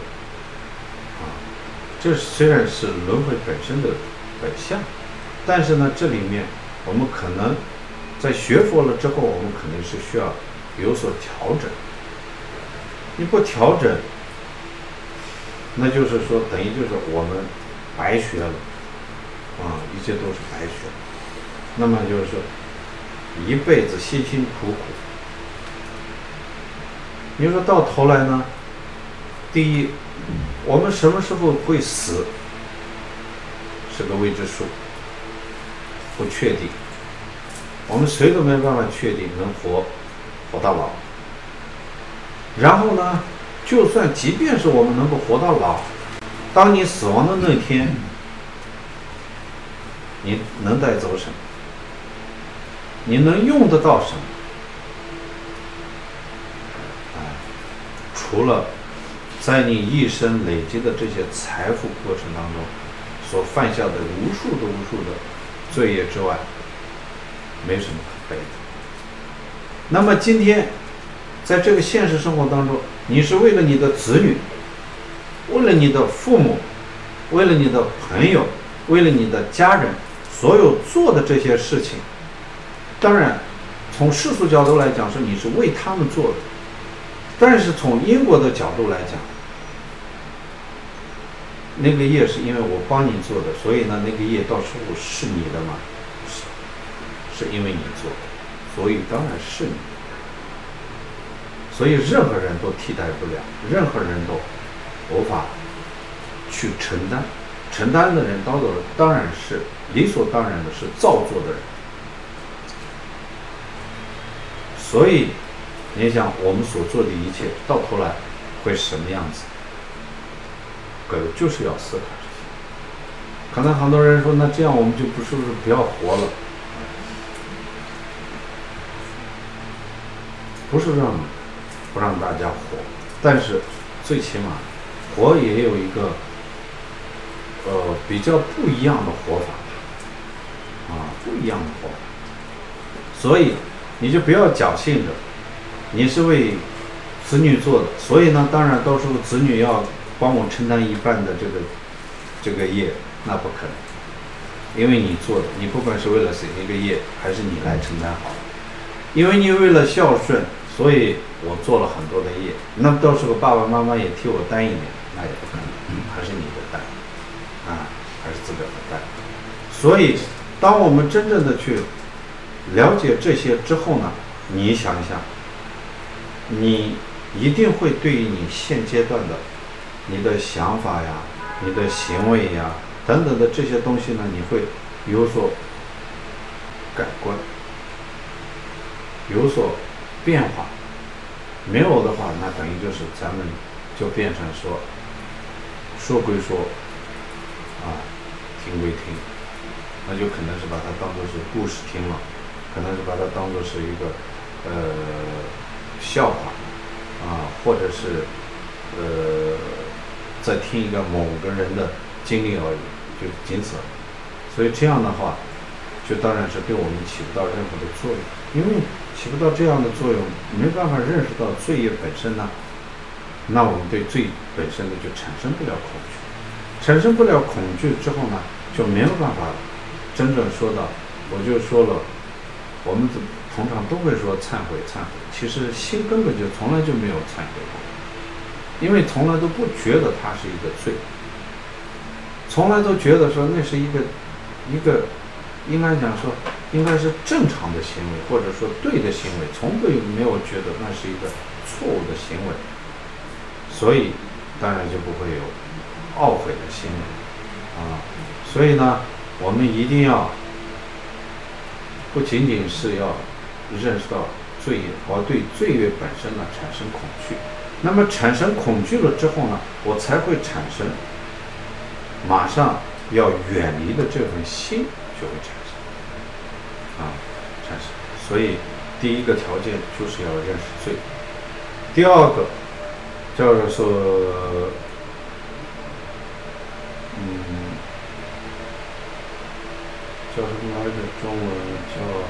这虽然是轮回本身的本相，但是呢这里面我们可能在学佛了之后，我们肯定是需要有所调整。你不调整，那就是说等于就是我们白学了一切都是白学了。那么就是说一辈子辛辛苦苦，你说到头来呢，第一，我们什么时候会死是个未知数，不确定，我们谁都没办法确定能活到老。然后呢，就算即便是我们能够活到老，当你死亡的那天，你能带走什么？你能用得到什么？除了在你一生累积的这些财富过程当中所犯下的无数的罪业之外，没什么可悲的。 那么今天在这个现实生活当中，你是为了你的子女，为了你的父母，为了你的朋友，为了你的家人，所有做的这些事情，当然从世俗角度来讲是你是为他们做的，但是从因果的角度来讲，那个业是因为我帮你做的，所以呢，那个业到时候是你的吗？是因为你做的，所以当然是你的。所以任何人都替代不了，任何人都无法去承担，承担的人当然是理所当然的是造作的人。所以你想我们所做的一切到头来会什么样子，各位就是要思考这些。可能很多人说，那这样我们就不是不要活了，不是不让大家活，但是最起码活也有一个比较不一样的活法不一样的活法。所以你就不要侥幸着你是为子女做的，所以呢，当然到时候子女要帮我承担一半的这个业，那不可能，因为你做的，你不管是为了谁一个业，还是你来承担好了，因为你为了孝顺，所以我做了很多的业，那么到时候爸爸妈妈也替我担一点，那也不可能，还是你的担还是自个儿的担。所以当我们真正的去了解这些之后呢，你想一想，你一定会对于你现阶段的你的想法呀，你的行为呀等等的这些东西呢，你会有所改观，有所变化。没有的话，那等于就是咱们就变成说归说听归听，那就可能是把它当作是故事听了，可能是把它当作是一个笑话或者是在听一个某个人的经历而已，就仅此。所以这样的话，就当然是对我们起不到任何的作用，因为起不到这样的作用，没办法认识到罪业本身呢，那我们对罪本身的就产生不了恐惧，产生不了恐惧之后呢，就没有办法真正说到，我就说了，我们通常都会说忏悔，其实心根本就从来就没有忏悔过，因为从来都不觉得它是一个罪，从来都觉得说那是一个应该讲说应该是正常的行为，或者说对的行为，从未没有觉得那是一个错误的行为，所以当然就不会有懊悔的行为所以呢，我们一定要不仅仅是要认识到罪业，而对罪业本身呢产生恐惧。那么产生恐惧了之后呢，我才会产生马上要远离的这份心就会产生。所以第一个条件就是要认识罪，第二个叫做说叫什么来着？中文叫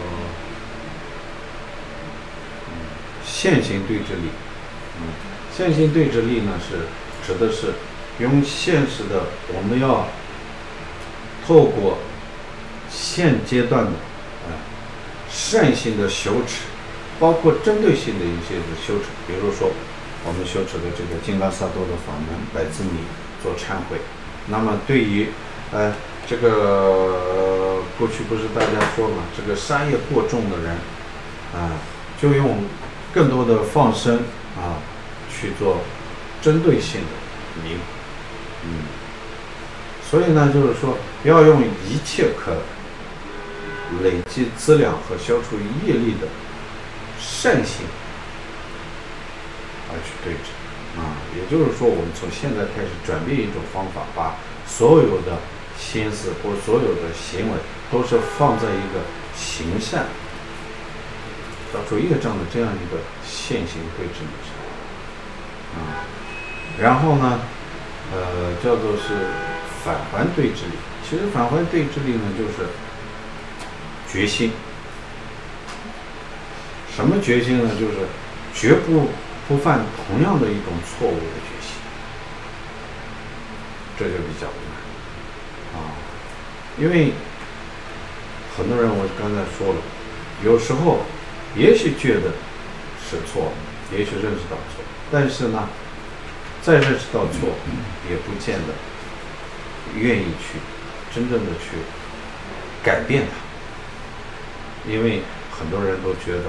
现行对治力。现行对治力呢，是指的是用现实的，我们要透过现阶段的善性的修持，包括针对性的一些修持，比如说我们修持的这个金刚萨埵的法门来自你做忏悔。那么对于这个过去不是大家说嘛，这个杀业过重的人就用更多的放生去做针对性的弥补。所以呢，就是说要用一切可累积资粮和消除业力的善行去对治也就是说，我们从现在开始转变一种方法，把所有的心思或所有的行为都是放在一个行善找出业障的这样一个现行对治上然后呢叫做是返还对治力。其实返还对治力呢，就是决心什么决心呢？就是绝不犯同样的一种错误的决心，这就比较难啊。因为很多人，我刚才说了，有时候也许觉得是错，也许认识到错，但是呢，再认识到错，也不见得愿意去真正的去改变它，因为很多人都觉得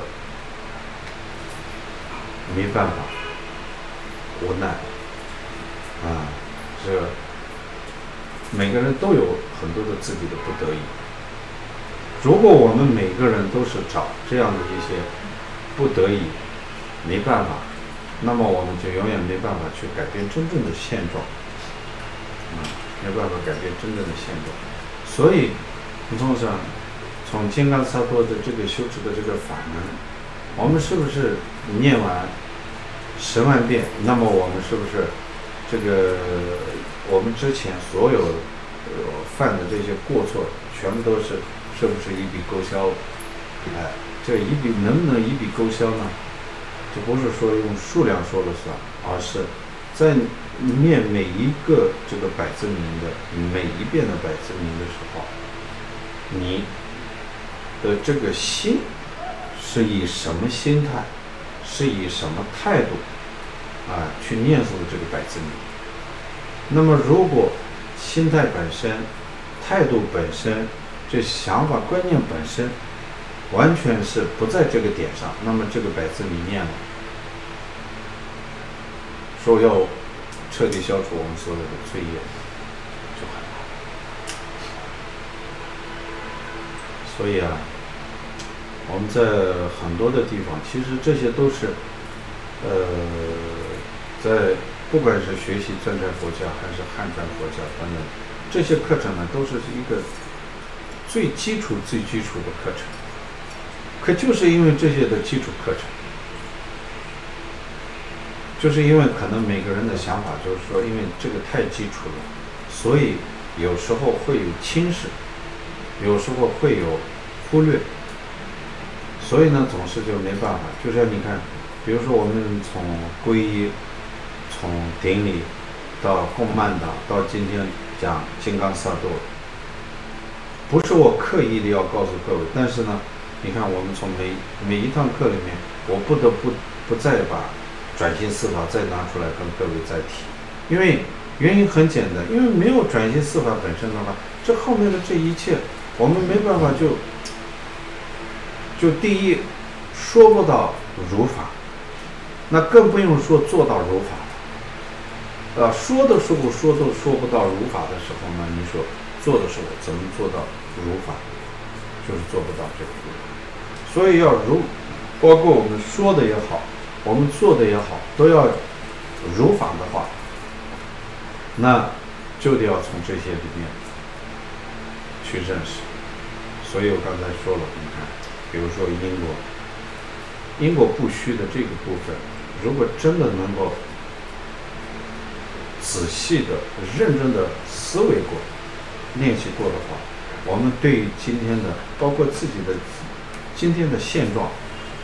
没办法，无奈啊，这每个人都有很多的自己的不得已。如果我们每个人都是找这样的一些不得已，没办法，那么我们就永远没办法去改变真正的现状，没办法改变真正的现状。所以，从金刚萨埵的这个修持的这个法门，我们是不是念完10万遍？那么我们是不是这个我们之前所有犯的这些过错，全部都是不是一笔勾销？这能不能一笔勾销呢？就不是说用数量说了算，而是在念每一个这个百字明的每一遍的百字明的时候，你的这个心是以什么心态，是以什么态度去念诵这个百字明。那么如果心态本身、态度本身、这想法观念本身完全是不在这个点上，那么这个百字明念了，说要彻底消除我们所有的罪业，就很难。所以我们在很多的地方，其实这些都是在不管是学习藏传佛教还是汉传佛教等等，这些课程呢，都是一个最基础的课程。可就是因为这些的基础课程，就是因为可能每个人的想法就是说，因为这个太基础了，所以有时候会有轻视，有时候会有忽略，所以呢，总是就没办法。就像你看，比如说我们从皈依，从顶礼到供曼达，到今天讲金刚萨埵，不是我刻意的要告诉各位，但是呢，你看我们从每一堂课里面，我不得不再把转心四法再拿出来跟各位再提，因为原因很简单，因为没有转心四法本身的话，这后面的这一切我们没办法就第一说不到如法，那更不用说做到如法了。说的时候说不到如法的时候呢，你说做的时候怎么做到如法？就是做不到这个如法。所以包括我们说的也好，我们做的也好，都要如法的话，那就得要从这些里面去认识。所以我刚才说了，你看，比如说因果不虚的这个部分，如果真的能够仔细的、认真的思维过、练习过的话，我们对于今天的，包括自己的今天的现状，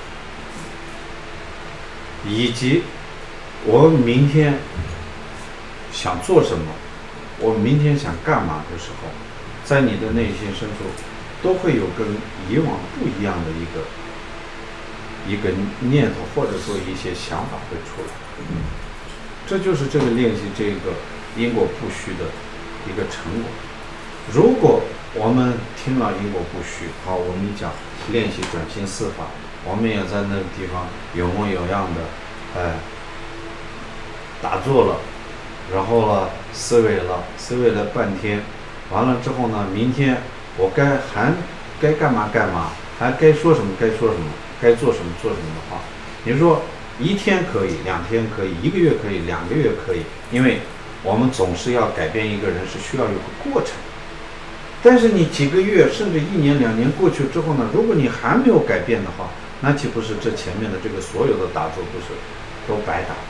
以及我们明天想做什么，我明天想干嘛的时候，在你的内心深处都会有跟以往不一样的一个念头，或者说一些想法会出来。这就是这个练习这个因果不虚的一个成果。如果我们听了因果不虚，好，我们讲练习转心四法，我们也在那个地方有模有样的，打坐了，然后了思维了半天，完了之后呢，明天我该干嘛干嘛，还该说什么该说什么，该做什么做什么的话，你说1天可以，2天可以，1个月可以，2个月可以，因为我们总是要改变一个人是需要有个过程。但是你几个月甚至1年2年过去之后呢，如果你还没有改变的话，那岂不是这前面的这个所有的打坐不是都白打？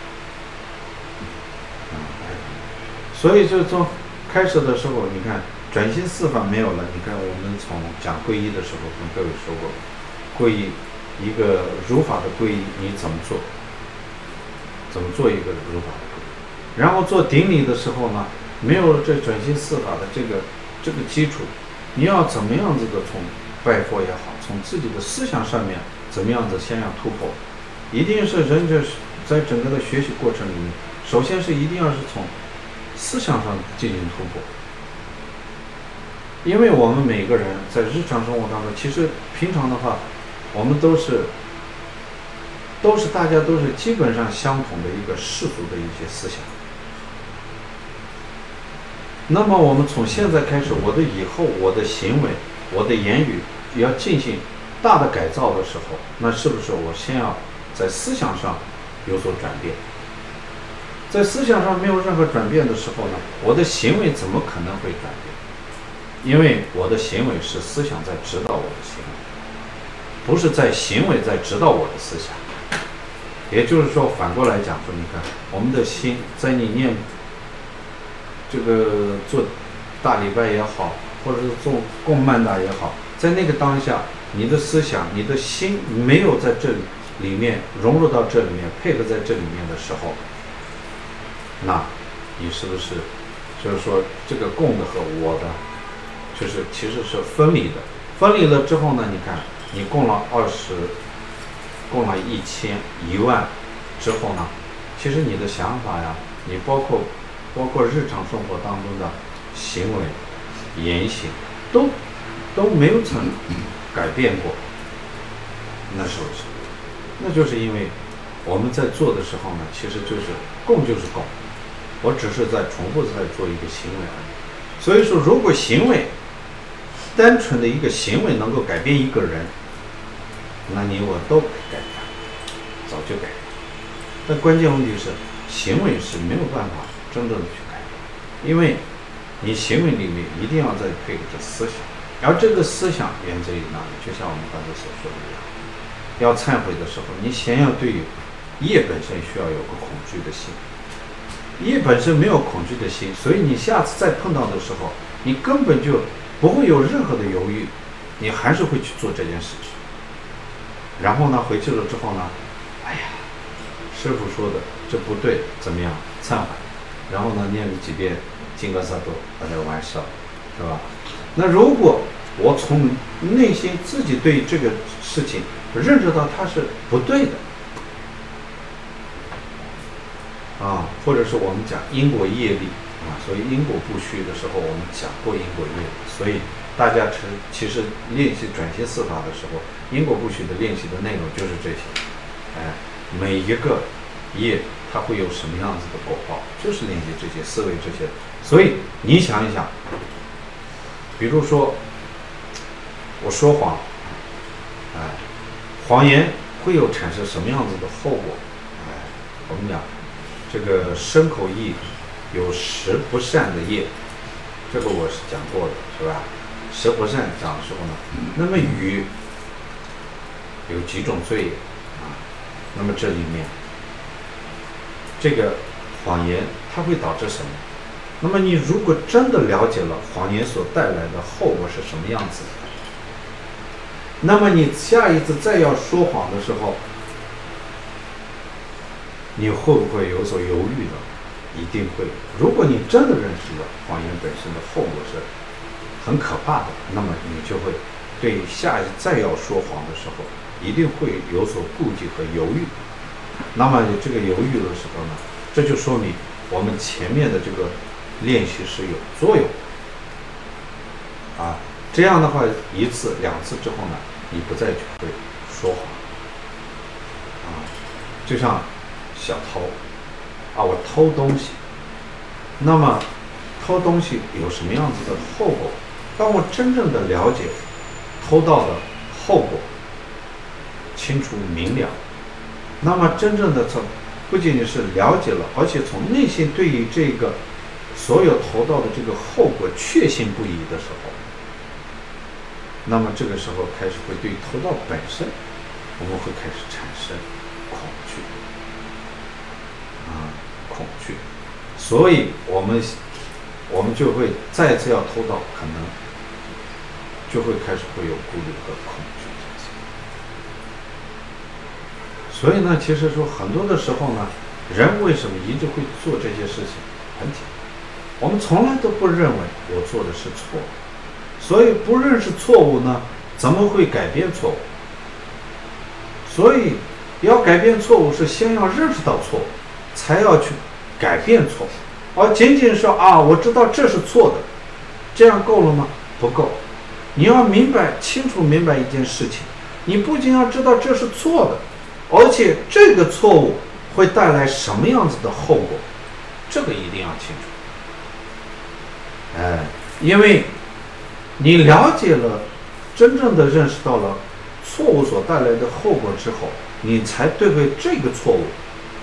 所以就从开始的时候，你看转心四法没有了，你看我们从讲皈依的时候跟各位说过，皈依一个如法的皈依，你怎么做？怎么做一个如法的皈依？然后做顶礼的时候呢，没有了这转心四法的这个基础，你要怎么样子的从拜佛也好，从自己的思想上面怎么样子先要突破？一定是人这在整个的学习过程里面，首先是一定要是从思想上进行突破。因为我们每个人在日常生活当中，其实平常的话，我们大家都是基本上相同的一个世俗的一些思想。那么我们从现在开始，我的以后我的行为我的言语要进行大的改造的时候，那是不是我先要在思想上有所转变？在思想上没有任何转变的时候呢，我的行为怎么可能会转变？因为我的行为是思想在指导我的行为，不是在行为在指导我的思想。也就是说，反过来讲说，你看我们的心在你念这个做大礼拜也好，或者是做供曼达也好，在那个当下，你的思想你的心没有在这里面融入到这里面，配合在这里面的时候，那你是不是就是说这个供的和我的就是其实是分离的？分离了之后呢，你看你供了20，供了1000、10000之后呢，其实你的想法呀，你包括日常生活当中的行为、言行，都没有曾改变过。那是不是？那就是因为我们在做的时候呢，其实就是供就是供，我只是在重复在做一个行为而已。所以说，如果行为单纯的一个行为能够改变一个人，那你我都改变，早就改变。但关键问题是，行为是没有办法真正的去改变，因为你行为里面一定要再配合着思想，而这个思想源自于哪里？就像我们刚才所说的一样，要忏悔的时候，你先要对于业本身需要有个恐惧的心。业本身没有恐惧的心，所以你下次再碰到的时候，你根本就不会有任何的犹豫，你还是会去做这件事情。然后呢，回去了之后呢，哎呀，师父说的这不对，怎么样？忏悔，然后呢，念了几遍金刚萨埵，把它完事了，是吧？那如果我从内心自己对这个事情认知到它是不对的，或者是我们讲因果业力所以因果不虚的时候，我们讲过因果业力，所以大家其实练习转心四法的时候，因果不虚的练习的内容就是这些。每一个业它会有什么样子的果报，就是练习这些思维这些。所以你想一想，比如说我说谎，谎言会有产生什么样子的后果？我们讲这个身口意有10不善的业，这个我是讲过的，是吧？10不善讲的时候呢，那么语有几种罪业那么这里面这个谎言它会导致什么？那么你如果真的了解了谎言所带来的后果是什么样子的，那么你下一次再要说谎的时候，你会不会有所犹豫的？一定会。如果你真的认识了谎言本身的后果是很可怕的，那么你就会对下一次再要说谎的时候，一定会有所顾忌和犹豫。那么这个犹豫的时候呢，这就说明我们前面的这个练习是有作用这样的话1次2次之后呢，你不再去会说谎就像小偷我偷东西，那么偷东西有什么样子的后果？当我真正的了解偷盗的后果清楚明了，那么真正的不仅仅是了解了，而且从内心对于这个所有偷盗的这个后果确信不疑的时候，那么这个时候开始会对偷盗本身我们会开始产生恐惧恐惧，所以我们就会再次要偷盗，可能就会开始会有顾虑和恐惧所以呢，其实说很多的时候呢，人为什么一直会做这些事情？很简单，我们从来都不认为我做的是错，所以不认识错误呢，怎么会改变错误？所以要改变错误，是先要认识到错误，才要去改变错误。而仅仅说啊，我知道这是错的，这样够了吗？不够。你要清楚明白一件事情，你不仅要知道这是错的，而且这个错误会带来什么样子的后果，这个一定要清楚。因为你了解了，真正的认识到了错误所带来的后果之后，你才对这个错误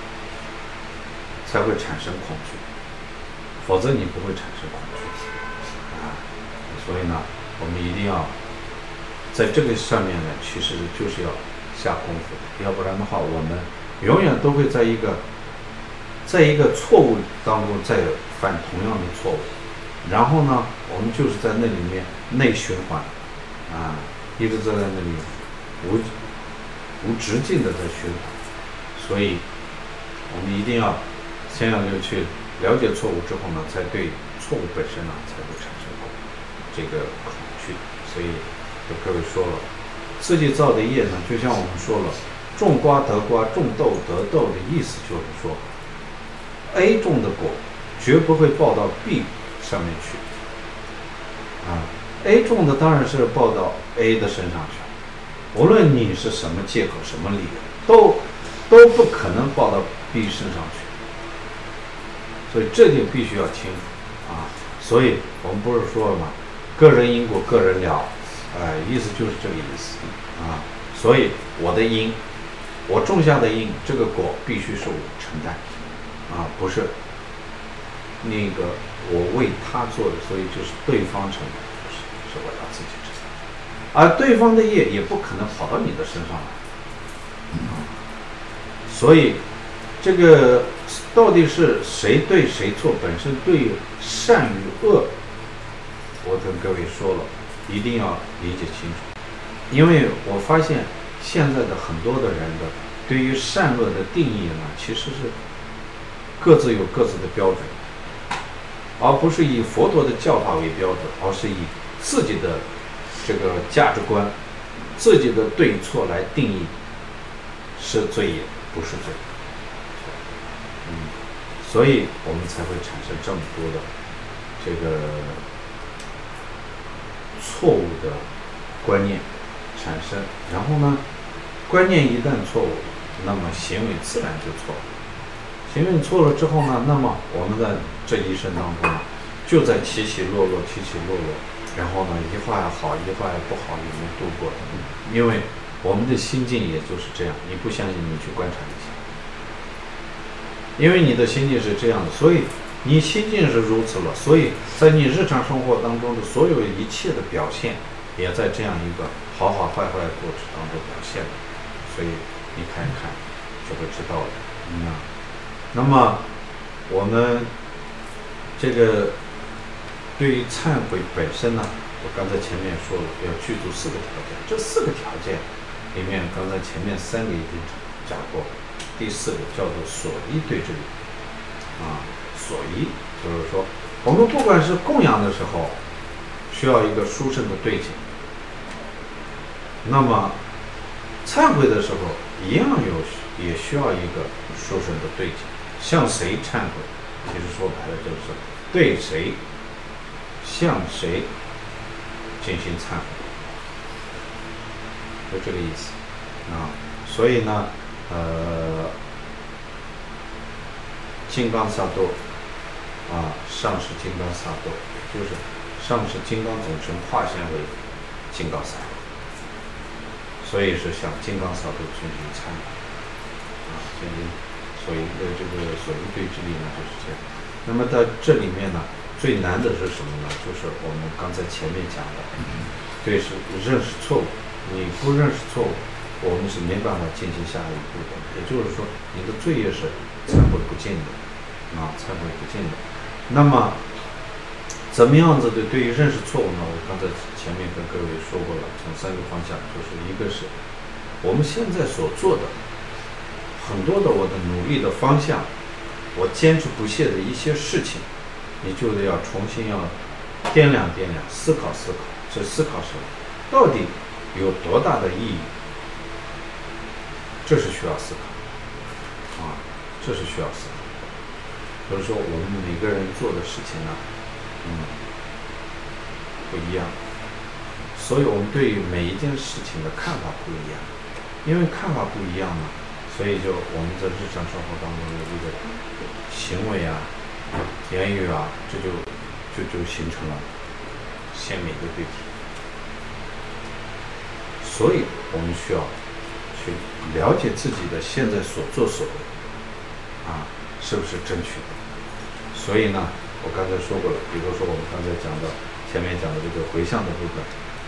才会产生恐惧，否则你不会产生恐惧所以呢，我们一定要在这个上面呢，其实就是要下功夫，要不然的话，我们永远都会在一个错误当中再犯同样的错误，然后呢，我们就是在那里面内循环一直在那里无止境的在循环。所以我们一定要先要去了解错误之后呢，才对错误本身呢才会产生这个恐惧。所以就各位说了，自己造的业呢，就像我们说了，种瓜得瓜，种豆得豆的意思就是说 A 种的果绝不会报到 B 上面去A 种的当然是报到 A 的身上去，无论你是什么借口什么理由，都不可能报到 B 身上去。所以这点必须要清楚所以我们不是说了吗？个人因果个人了，意思就是这个意思所以我的因，我种下的因，这个果必须是我承担不是那个我为他做的，所以就是对方承担，是我要自己承担，而对方的业也不可能跑到你的身上来所以这个到底是谁对谁错，本身对善与恶，我跟各位说了，一定要理解清楚。因为我发现现在的很多的人的对于善恶的定义呢，其实是各自有各自的标准，而不是以佛陀的教法为标准，而是以自己的这个价值观、自己的对错来定义是罪业，不是罪。所以我们才会产生这么多的这个错误的观念产生，然后呢，观念一旦错误，那么行为自然就错了。行为错了之后呢，那么我们在这一生当中呢，就在起起落落，然后呢，一会儿好，一会儿不好里面度过。因为我们的心境也就是这样，你不相信，你去观察一下。因为你的心境是这样的，所以你心境是如此了，所以在你日常生活当中的所有一切的表现，也在这样一个好好坏坏的过程当中表现。所以你看一看，就会知道了。那么我们这个对于忏悔本身呢，我刚才前面说了，要具足4个条件。这4个条件里面，刚才前面3个已经讲过。第4个叫做所依对治理所依就是说，我们不管是供养的时候，需要一个殊胜的对境，那么忏悔的时候一样也需要一个殊胜的对境。向谁忏悔，其实说白了就是对谁向谁进行忏悔，就这个意思所以呢金刚萨埵上是金刚萨埵，就是上是金刚总成化现为金刚萨埵，所以是向金刚萨埵进行忏悔所以这个所依对治理呢就是这样。那么在这里面呢，最难的是什么呢？就是我们刚才前面讲的，对，是认识错误。你不认识错误，我们是没办法进行下一步的。也就是说，你的罪业是忏悔不尽的忏悔不尽的。那么怎么样子的对于认识错误呢？我刚才前面跟各位说过了，从3个方向，就是一个是我们现在所做的很多的我的努力的方向，我坚持不懈的一些事情，你就得要重新要掂量掂量，思考思考，这思考什么？到底有多大的意义？这是需要思考啊，这是需要思考。比如说我们每个人做的事情呢，不一样，所以我们对于每一件事情的看法不一样，因为看法不一样呢，所以就我们在日常生活当中的这个行为啊、言语啊，这就形成了鲜明的对比。所以我们需要去了解自己的现在所作所为啊，是不是正确的。所以呢，我刚才说过了，比如说我们刚才讲到前面讲的这个回向的部分，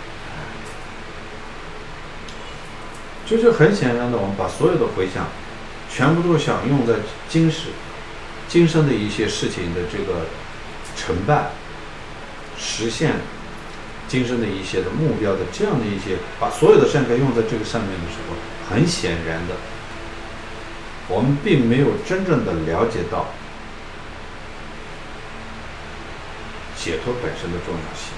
就是很显然的，我们把所有的回向全部都想用在今生的一些事情的这个承办、实现今生的一些的目标的这样的一些，把所有的善根用在这个上面的时候，很显然的，我们并没有真正的了解到解脱本身的重要性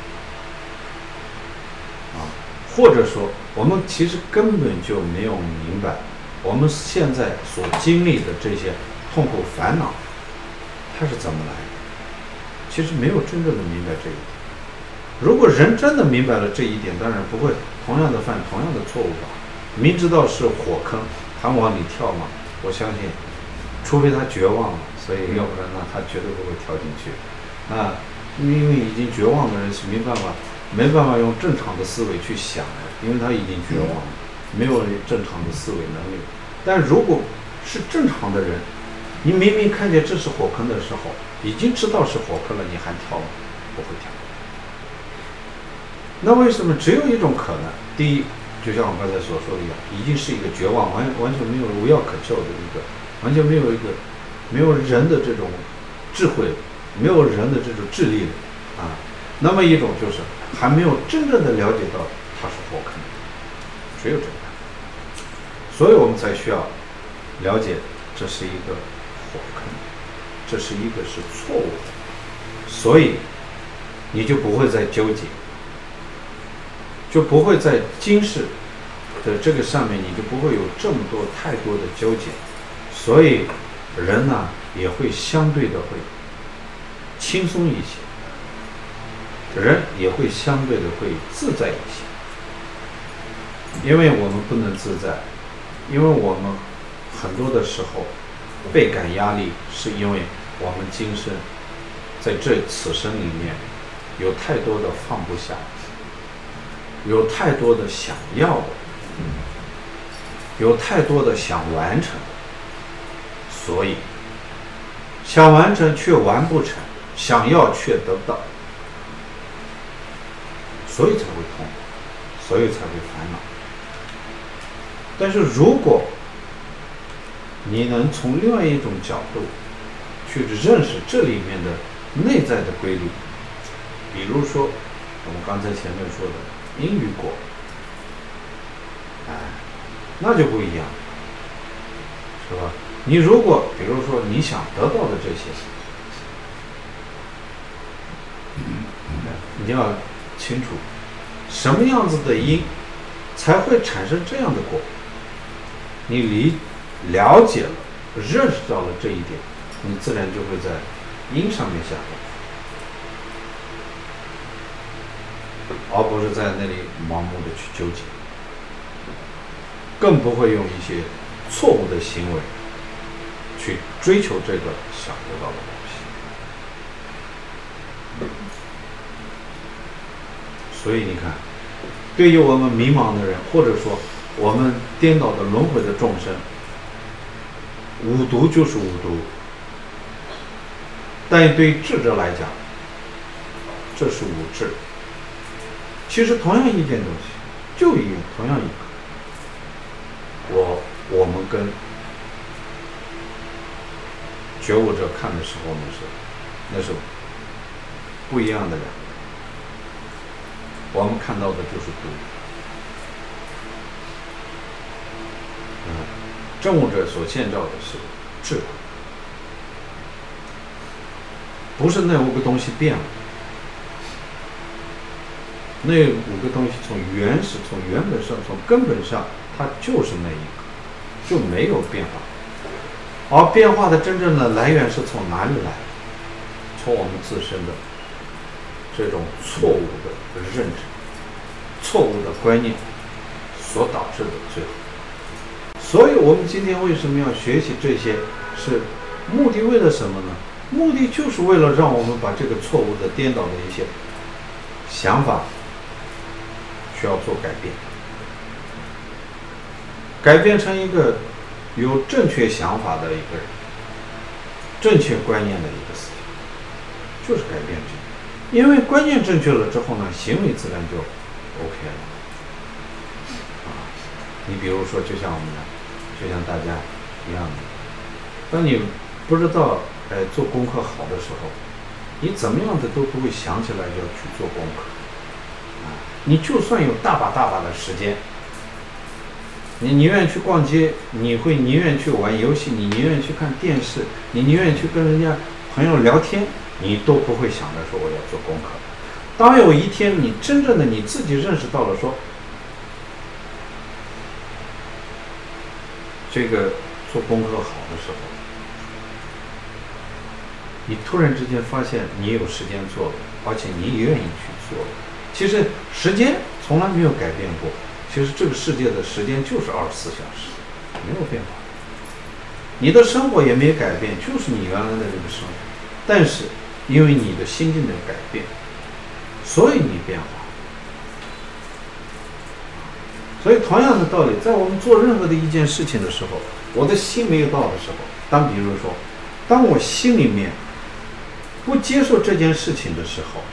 啊，或者说我们其实根本就没有明白我们现在所经历的这些痛苦烦恼它是怎么来的，其实没有真正的明白这一点。如果人真的明白了这一点，当然不会同样的犯同样的错误吧。明知道是火坑还往里跳嘛，我相信除非他绝望了，所以要不然呢他绝对不会跳进去。那因为已经绝望的人是没办法用正常的思维去想的，因为他已经绝望了，没有正常的思维能力。但如果是正常的人，你明明看见这是火坑的时候，已经知道是火坑了，你还跳吗？不会跳。那为什么只有一种可能？第一，就像我刚才所说的一样，已经是一个绝望，完全没有无药可救的一个，完全没有人的这种智慧，没有人的这种智力的啊。那么一种就是还没有真正的了解到它是火坑，只有这样，所以我们才需要了解这是一个火坑，这是一个是错误的，所以你就不会再纠结，就不会在今世的这个上面，你就不会有这么多太多的纠结，所以人呢也会相对的会轻松一些，人也会相对的会自在一些。因为我们不能自在，因为我们很多的时候倍感压力，是因为我们今生在此生里面有太多的放不下，有太多的想要的，有太多的想完成，所以想完成却完不成，想要却得不到，所以才会痛苦，所以才会烦恼。但是如果你能从另外一种角度去认识这里面的内在的规律，比如说我们刚才前面说的因与果，那就不一样，是吧？你如果比如说你想得到的这些，你要清楚什么样子的因才会产生这样的果。你了解了、认识到了这一点，你自然就会在因上面下功夫，而不是在那里盲目的去纠结，更不会用一些错误的行为去追求这个想得到的东西。所以你看，对于我们迷茫的人，或者说我们颠倒的轮回的众生，五毒就是五毒，但对于智者来讲，这是五智。其实同样一件东西，就同样一个，我们跟觉悟者看的时候那是不一样的两个。我们看到的就是毒， 证悟者所现照的是智慧，不是那5个东西变了。那5个东西从原始、从原本上、从根本上，它就是那一个，就没有变化。而变化的真正的来源是从哪里来？从我们自身的这种错误的认知、错误的观念所导致的最后。所以我们今天为什么要学习这些？是目的为了什么呢？目的就是为了让我们把这个错误的、颠倒的一些想法需要做改变，改变成一个有正确想法的一个人，正确观念的一个思想，就是改变这个。因为观念正确了之后呢，行为自然就 OK 了。你比如说，就像大家一样的，当你不知道做功课好的时候，你怎么样的都不会想起来要去做功课。你就算有大把的时间，你宁愿去逛街，你会宁愿去玩游戏，你宁愿去看电视，你宁愿去跟人家朋友聊天，你都不会想着说我要做功课。当有一天你真正的你自己认识到了说，这个做功课好的时候，你突然之间发现你有时间做了，而且你愿意去做了。其实时间从来没有改变过，其实这个世界的时间就是24小时，没有变化。你的生活也没改变，就是你原来的这个生活，但是因为你的心境的改变，所以你变化。所以同样的道理，在我们做任何的一件事情的时候，我的心没有到的时候，比如说当我心里面不接受这件事情的时候，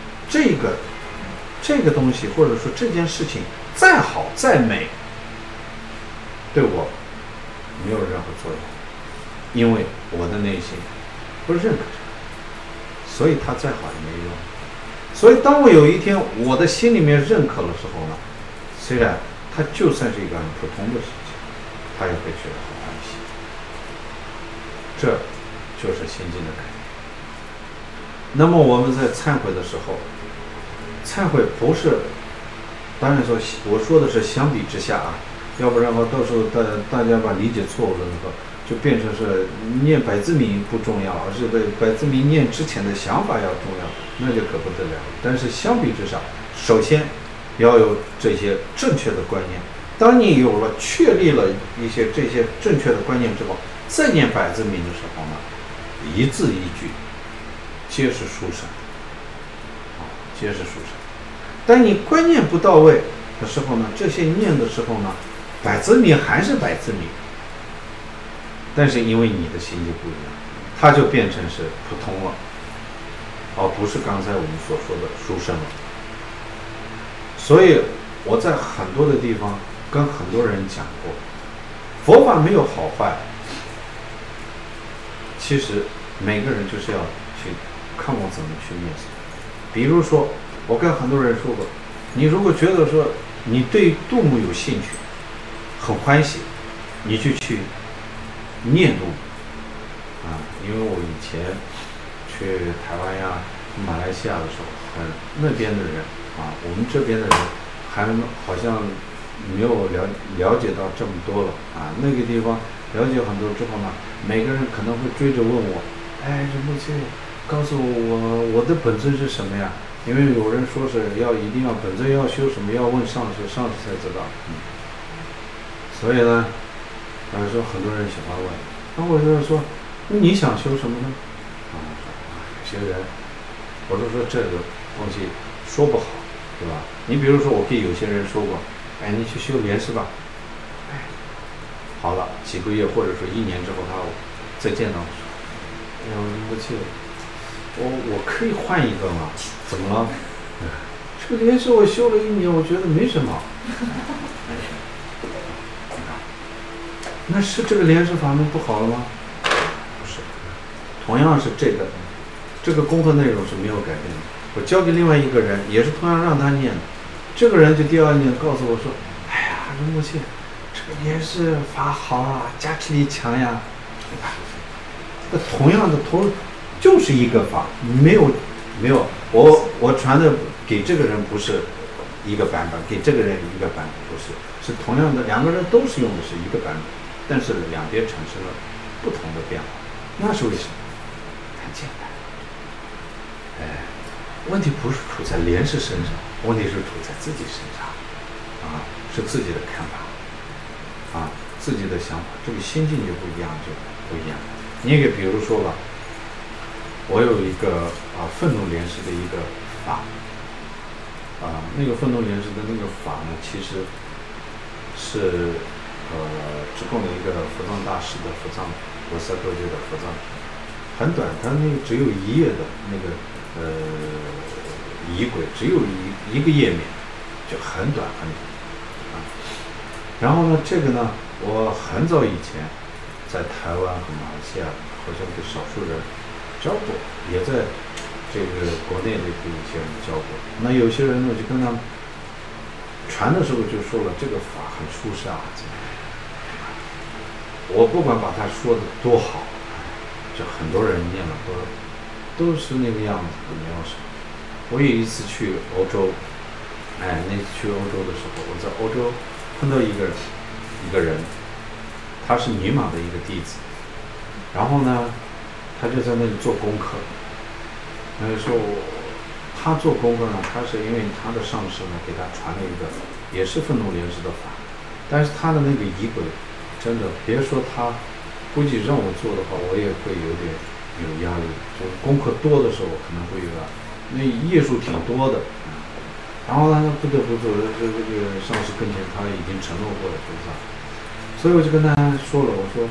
这个东西或者说这件事情再好再美，对我没有任何作用，因为我的内心不认可这个，所以它再好也没用。所以当我有一天我的心里面认可的时候呢，虽然它就算是一个很普通的事情，他也会觉得很欢喜。这就是心境的改变。那么我们在忏悔的时候，忏悔不是，当然说我说的是相比之下啊，要不然的话到时候大家把理解错误了的话，就变成是念百字铭不重要，而是百字铭念之前的想法要重要，那就可不得了。但是相比之下，首先要有这些正确的观念。当你有了确立了一些这些正确的观念之后，再念百字铭的时候呢，一字一句皆是殊胜，皆是殊胜。当你观念不到位的时候呢，这些念的时候呢，百字铭还是百字铭，但是因为你的心就不一样，它就变成是普通了，而不是刚才我们所说的殊胜了。所以我在很多的地方跟很多人讲过，佛法没有好坏，其实每个人就是要去看我怎么去念诵。比如说我跟很多人说过，你如果觉得说你对度母有兴趣，很欢喜，你就去念度母因为我以前去台湾呀、马来西亚的时候，那边的人我们这边的人还好像没有了解到这么多了那个地方了解很多之后呢，每个人可能会追着问我，仁波切，告诉我的本尊是什么呀？因为有人说是一定要本尊要修什么，要问上师，上师才知道。所以呢，说很多人喜欢问，那我就说，你想修什么呢？有些人，我就说这个东西说不好，对吧？你比如说，我给有些人说过，你去修莲师吧。好了，几个月或者说1年之后，他再见到我说，仁波切，我可以换一个吗？怎么了？这个莲师我修了1年，我觉得没什么。那是这个莲师法门不好了吗？不是，同样是这个功课内容是没有改变的。我交给另外一个人，也是同样让他念的。这个人就第2年告诉我说，仁波切， 这个莲师法好啊，加持力强呀，那同样的就是一个法，没有，我传的给这个人不是一个版本，给这个人一个版本，不是，是同样的，两个人都是用的是一个版本，但是两边产生了不同的变化，那是为什么？很简单，问题不是出在莲师身上，问题是出在自己身上，是自己的看法，自己的想法，这个心境就不一样，就不一样。你也比如说吧，我有一个愤怒莲师的一个法，那个愤怒莲师的那个法呢，其实是直供的一个佛藏大师的佛藏罗塞多觉的佛藏，很短，它那个只有1页的那个仪轨，只有一个页面，就很短很短。然后呢，这个呢，我很早以前在台湾和马来西亚好像给少数人教过，也在这个国内的给一些人教过。那有些人呢，就跟他们传的时候就说了，这个法很殊胜啊，怎么样？我不管把他说的多好，就很多人念了都是那个样子的描述。我有一次去欧洲，那次去欧洲的时候，我在欧洲碰到一个人，他是尼玛的一个弟子，然后呢，他就在那里做功课。说他做功课呢，他是因为他的上师呢给他传了一个也是愤怒莲师的法，但是他的那个仪轨真的别说他，估计让我做的话，我也会有点有压力，就是功课多的时候可能会有那页数挺多的，然后他不得不做，这个上师跟前他已经承诺过了，是不是？所以我就跟他说了，我说，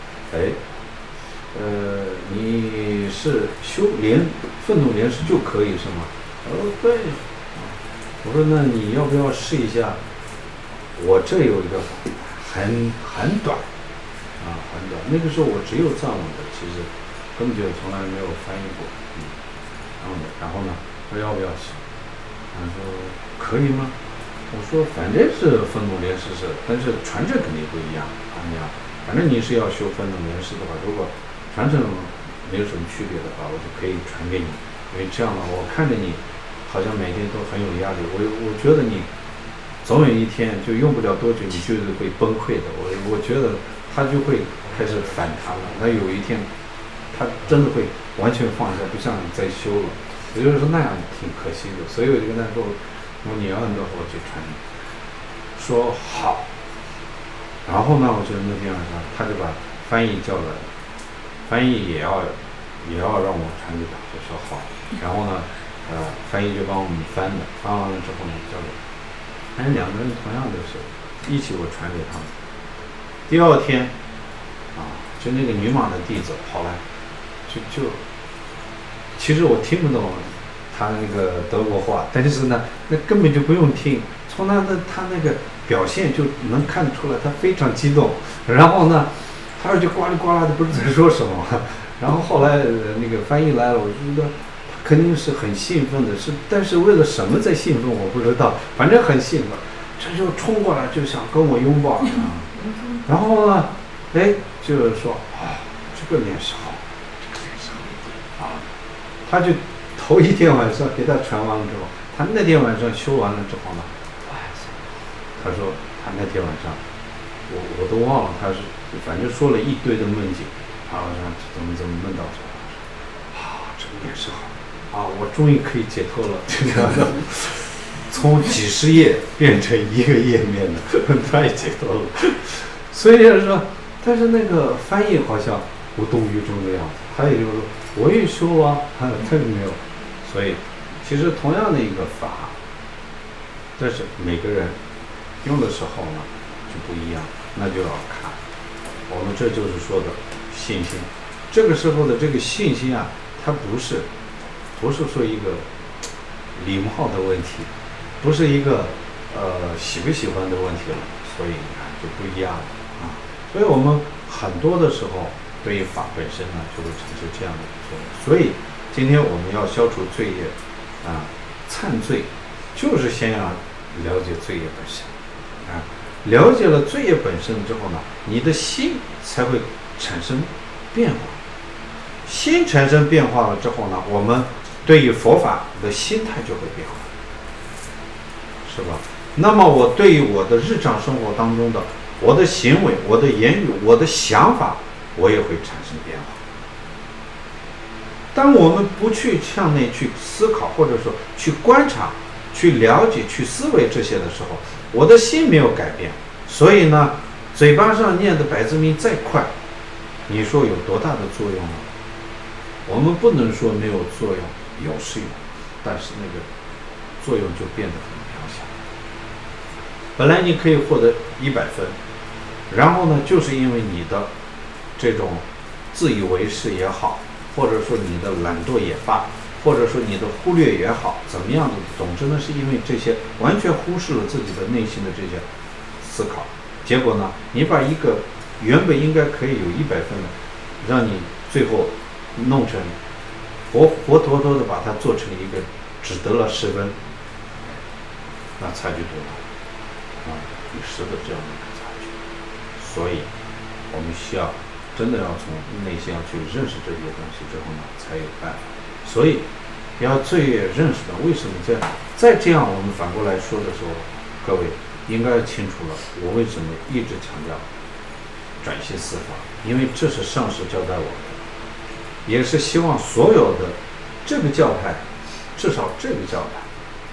你是修愤怒莲师就可以是吗？对。我说那你要不要试一下？我这有一个很短，很短。那个时候我只有藏文的，其实根本就从来没有翻译过，然后呢，说要不要试？他说可以吗？我说反正是愤怒莲师是，但是传承肯定不一样，反正你是要修愤怒莲师的话，如果传承没有什么区别的话，我就可以传给你，因为这样呢，我看着你好像每天都很有压力，我觉得你总有一天就用不了多久，你就是会崩溃的。我觉得他就会开始反弹了，那有一天他真的会完全放下，不像你再修了。也就是说那样挺可惜的，所以我就跟他说，你要按照我去传，说好。然后呢，我就那天晚上他就把翻译叫来，翻译也要让我传给他，就说好。然后呢，翻译就帮我们翻的，翻完了之后呢，交给他。两个人同样的是一起我传给他们。第二天，就那个女马的弟子跑来，就其实我听不懂他那个德国话，但是呢，那根本就不用听，从他那个表现就能看出来，他非常激动。然后呢，他就呱里呱啦的不知道在说什么。然后后来那个翻译来了，我觉得他肯定是很兴奋的，但是为了什么在兴奋我不知道，反正很兴奋，这就冲过来就想跟我拥抱。然后呢，就是说这个脸是好，这个脸是好他就头一天晚上给他传完了之后，他那天晚上修完了之后呢，他说他那天晚上我都忘了，他是反正说了一堆的梦境，好像怎么梦到这这个也是好我终于可以解脱了，就这样的，从几十页变成一个页面的，太解脱了。所以就是说，但是那个翻译好像无动于衷的样子，他也就是说我也修了，这个没有。所以其实同样的一个法，但是每个人用的时候呢就不一样，那就要看我们这就是说的信心。这个时候的这个信心它不是说一个礼貌的问题，不是一个喜不喜欢的问题了，所以就不一样了所以我们很多的时候对于法本身呢就会产生这样的作用。所以今天我们要消除罪业忏罪，就是先要了解罪业本身了解了罪业本身之后呢，你的心才会产生变化。心产生变化了之后呢，我们对于佛法的心态就会变化，是吧？那么我对于我的日常生活当中的我的行为、我的言语、我的想法，我也会产生变化。当我们不去向内去思考，或者说去观察、去了解、去思维这些的时候，我的心没有改变，所以呢，嘴巴上念的百字明再快，你说有多大的作用呢？我们不能说没有作用，有是有，但是那个作用就变得很渺小。本来你可以获得100分，然后呢，就是因为你的这种自以为是也好，或者说你的懒惰也罢，或者说你的忽略也好，怎么样的，总之呢，是因为这些完全忽视了自己的内心的这些思考，结果呢，你把一个原本应该可以有100分的，让你最后弄成活脱脱的把它做成一个只得了10分，那差距多大有10的这样的一个差距。所以我们需要真的要从内心要去认识这些东西之后呢，才有办法。所以要最认识的为什么再这样我们反过来说的时候，各位应该清楚了，我为什么一直强调转心思法，因为这是上师交代我的，也是希望所有的这个教派，至少这个教派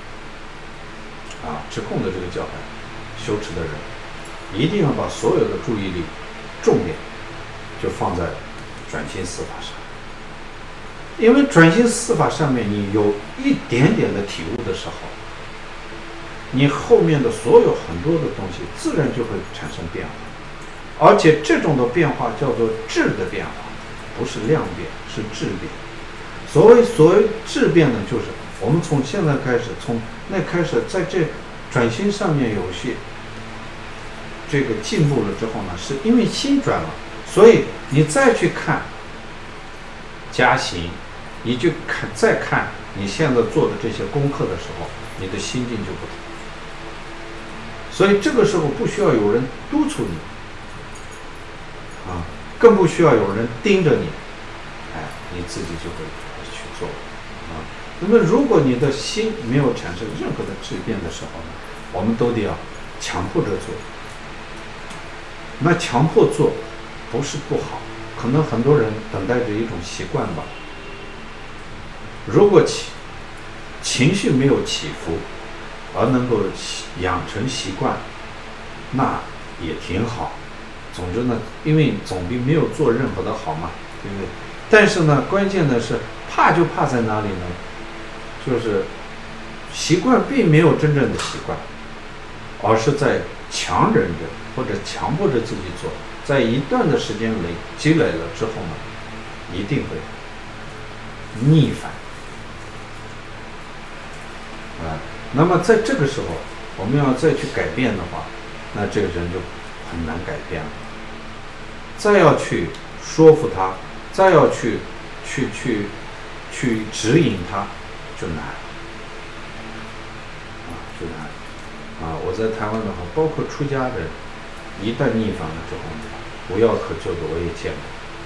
持控的这个教派修持的人，一定要把所有的注意力重点就放在转心思法上。因为转心思法上面你有一点点的体悟的时候，你后面的所有很多的东西自然就会产生变化，而且这种的变化叫做质的变化，不是量变，是质变。所谓质变呢，就是我们从现在开始，从那开始，在这转心上面有些这个进步了之后呢，是因为心转了，所以你再去看加行，你就再看你现在做的这些功课的时候，你的心境就不同。所以这个时候不需要有人督促你更不需要有人盯着你，你自己就会去做那么如果你的心没有产生任何的质变的时候呢，我们都得要强迫着做。那强迫做不是不好，可能很多人等待着一种习惯吧。如果情绪没有起伏，而能够养成习惯，那也挺好。总之呢，因为总比没有做任何的好嘛，对不对？但是呢，关键的是怕就怕在哪里呢？就是习惯并没有真正的习惯，而是在强忍着或者强迫着自己做，在一段的时间积累了之后呢，一定会逆反那么在这个时候我们要再去改变的话，那这个人就很难改变了。再要去说服他，再要去指引他，就难就难我在台湾的话，包括出家人一旦逆反了之后呢，不要可救的我也见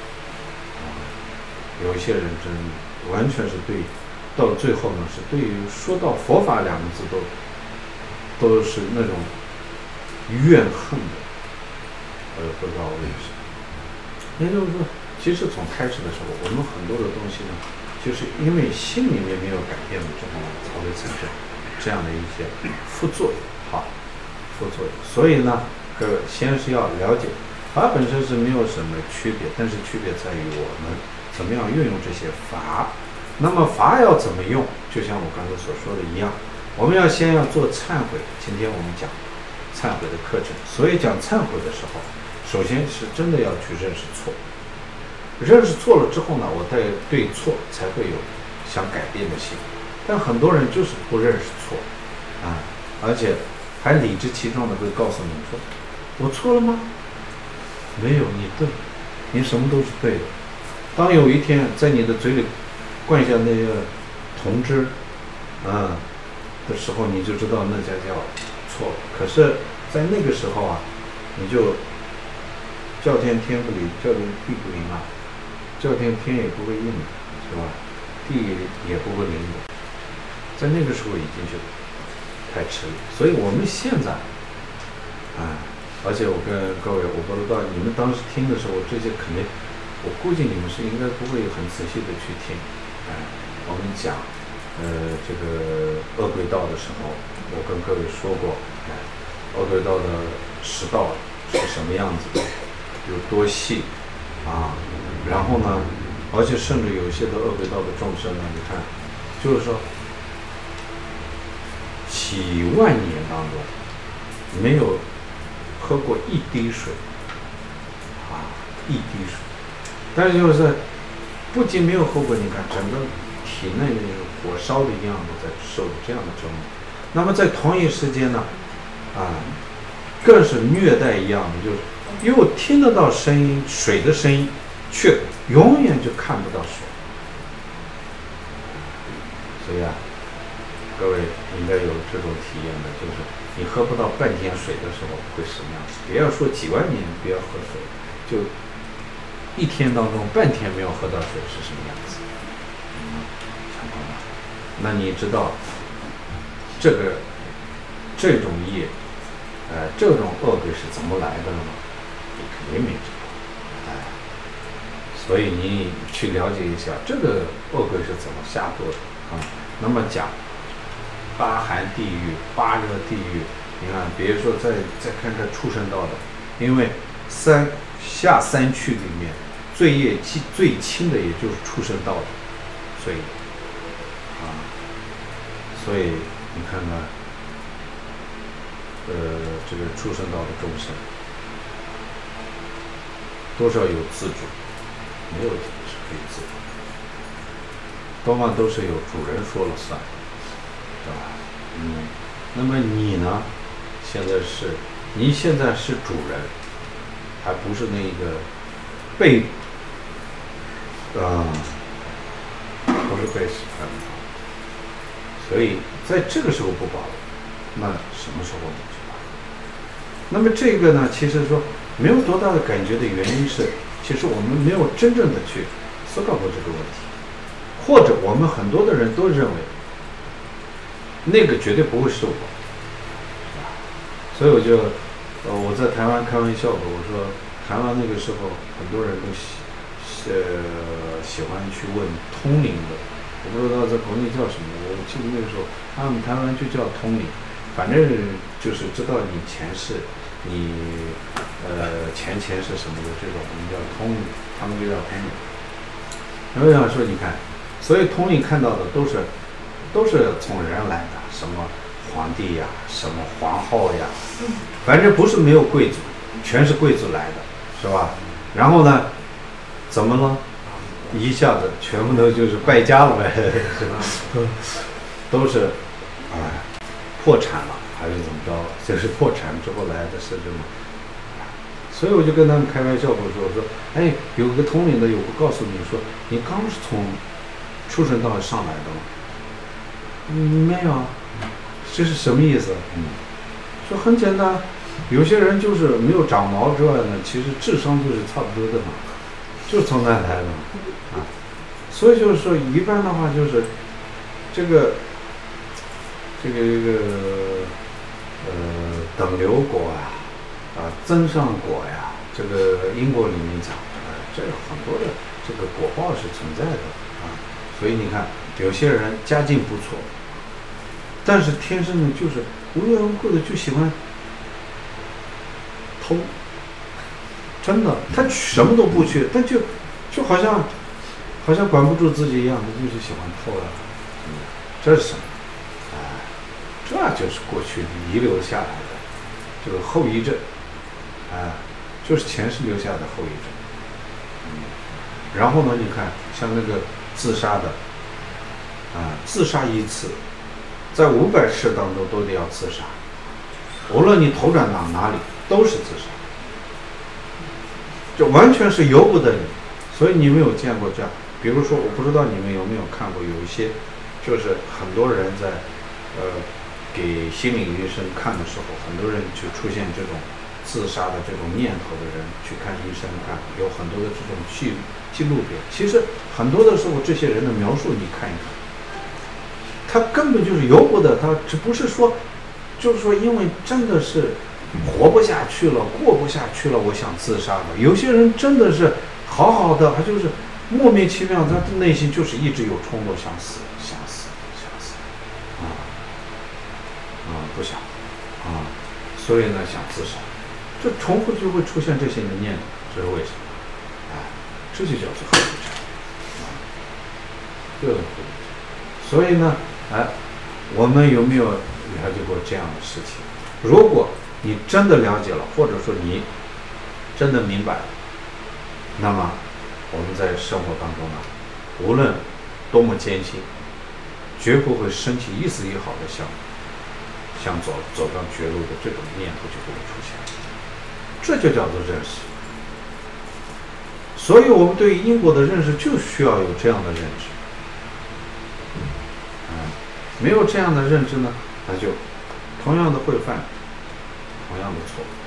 过有一些人真完全是到最后呢，是对于说到佛法2个字都是那种怨恨的，我也不知道为什么。也就是说，其实从开始的时候，我们很多的东西呢，就是因为心里面没有改变了之后呢，才会产生这样的一些副作用副作用。所以呢，各位先是要了解法本身是没有什么区别，但是区别在于我们怎么样运用这些法。那么法要怎么用，就像我刚才所说的一样，我们要先要做忏悔。今天我们讲忏悔的课程，所以讲忏悔的时候，首先是真的要去认识错，认识错了之后呢，我对错才会有想改变的心。但很多人就是不认识错而且还理直气壮的会告诉你说，我错了吗？没有，你对，你什么都是对的。当有一天在你的嘴里灌下那个铜汁的时候，你就知道那叫错了。可是在那个时候啊，你就叫天天不灵，叫地地不灵啊，叫天天也不会应的，是吧？地也不会灵的，在那个时候已经是太迟了。所以我们现在，而且我跟各位，我不知道你们当时听的时候，这些肯定，我估计你们是应该不会很仔细的去听。我们讲，这个恶鬼道的时候，我跟各位说过，恶鬼道的食道是什么样子的，有多细啊，然后呢，而且甚至有些的恶鬼道的众生呢，你看，就是说，几万年当中没有喝过一滴水，一滴水，但是就是不仅没有喝过，你看整个体内的火烧的一样的在受这样的折磨。那么在同一时间呢，更是虐待一样的，就是又听得到声音，水的声音，却永远就看不到水。所以各位应该有这种体验的，就是你喝不到半天水的时候会什么样子？不要说几万年不要喝水，就一天当中半天没有喝到水是什么样子？那你知道这种业，这种恶鬼是怎么来的了吗？你肯定没知道，所以你去了解一下这个恶鬼是怎么下堕的啊。那么讲八寒地狱、八热地狱，你看，比如说再看看畜生道的，因为下三趣里面罪业最轻的也就是畜生道的，所以你看看，这个畜生道的众生，多少有自主，没有是可以自主，多半都是有主人说了算，对吧？那么你呢？你现在是主人，还不是那个被，不是被审判的。所以在这个时候不保了，那什么时候你去保？那么这个呢，其实说没有多大的感觉的原因是，其实我们没有真正的去思考过这个问题，或者我们很多的人都认为那个绝对不会是我，所以我在台湾开玩笑的，我说台湾那个时候很多人都喜欢去问通灵的。我不知道在国内叫什么，我记得那个时候他们台湾就叫通灵，反正就是知道你前世，你前世什么的这种，我们叫通灵，他们就叫通灵。然后想说，你看，所以通灵看到的都是从人来的，什么皇帝呀，什么皇后呀，反正不是没有贵族，全是贵族来的，是吧？然后呢，怎么了？一下子全部都就是败家了呗，是吧？都是破产了还是怎么着？就是破产之后来的是这么，所以我就跟他们开玩笑，我说，有个通灵的，有个告诉你说，你刚是从畜生道上来的吗？没有，这是什么意思？说很简单，有些人就是没有长毛之外呢，其实智商就是差不多的嘛，就是从那来的所以就是说，一般的话就是这个等流果增上果呀，这个因果里面讲这有很多的这个果报是存在的所以你看，有些人家境不错，但是天生呢就是无缘无故的就喜欢偷，真的，他什么都不缺，但就好像管不住自己一样，他就是喜欢偷这是什么？这就是过去遗留下来的这个后遗症，就是前世留下的后遗症。然后呢，你看像那个自杀的，自杀一次，在500世当中都得要自杀，无论你投转到哪里都是自杀，就完全是由不得你。所以你没有见过这样，比如说，我不知道你们有没有看过，有一些就是很多人在给心理医生看的时候，很多人就出现这种自杀的这种念头的人去看医生看，有很多的这种记录片。其实很多的时候，这些人的描述你看一看，他根本就是由不得他，只不是说，就是说因为真的是活不下去了，过不下去了，我想自杀的。有些人真的是好好的，他就是莫名其妙，他内心就是一直有冲动，想死，不想，所以呢想自杀，这重复就会出现这些的念头，这是为什么？这就叫做后遗症，这个后遗症。所以呢，我们有没有了解过这样的事情？如果你真的了解了，或者说你真的明白了，那么我们在生活当中呢，无论多么艰辛，绝不会升起一丝一毫的想走上绝路的这种念头就不会出现，这就叫做认识。所以我们对于因果的认识就需要有这样的认知。没有这样的认知呢，那就同样的会犯同样的错误，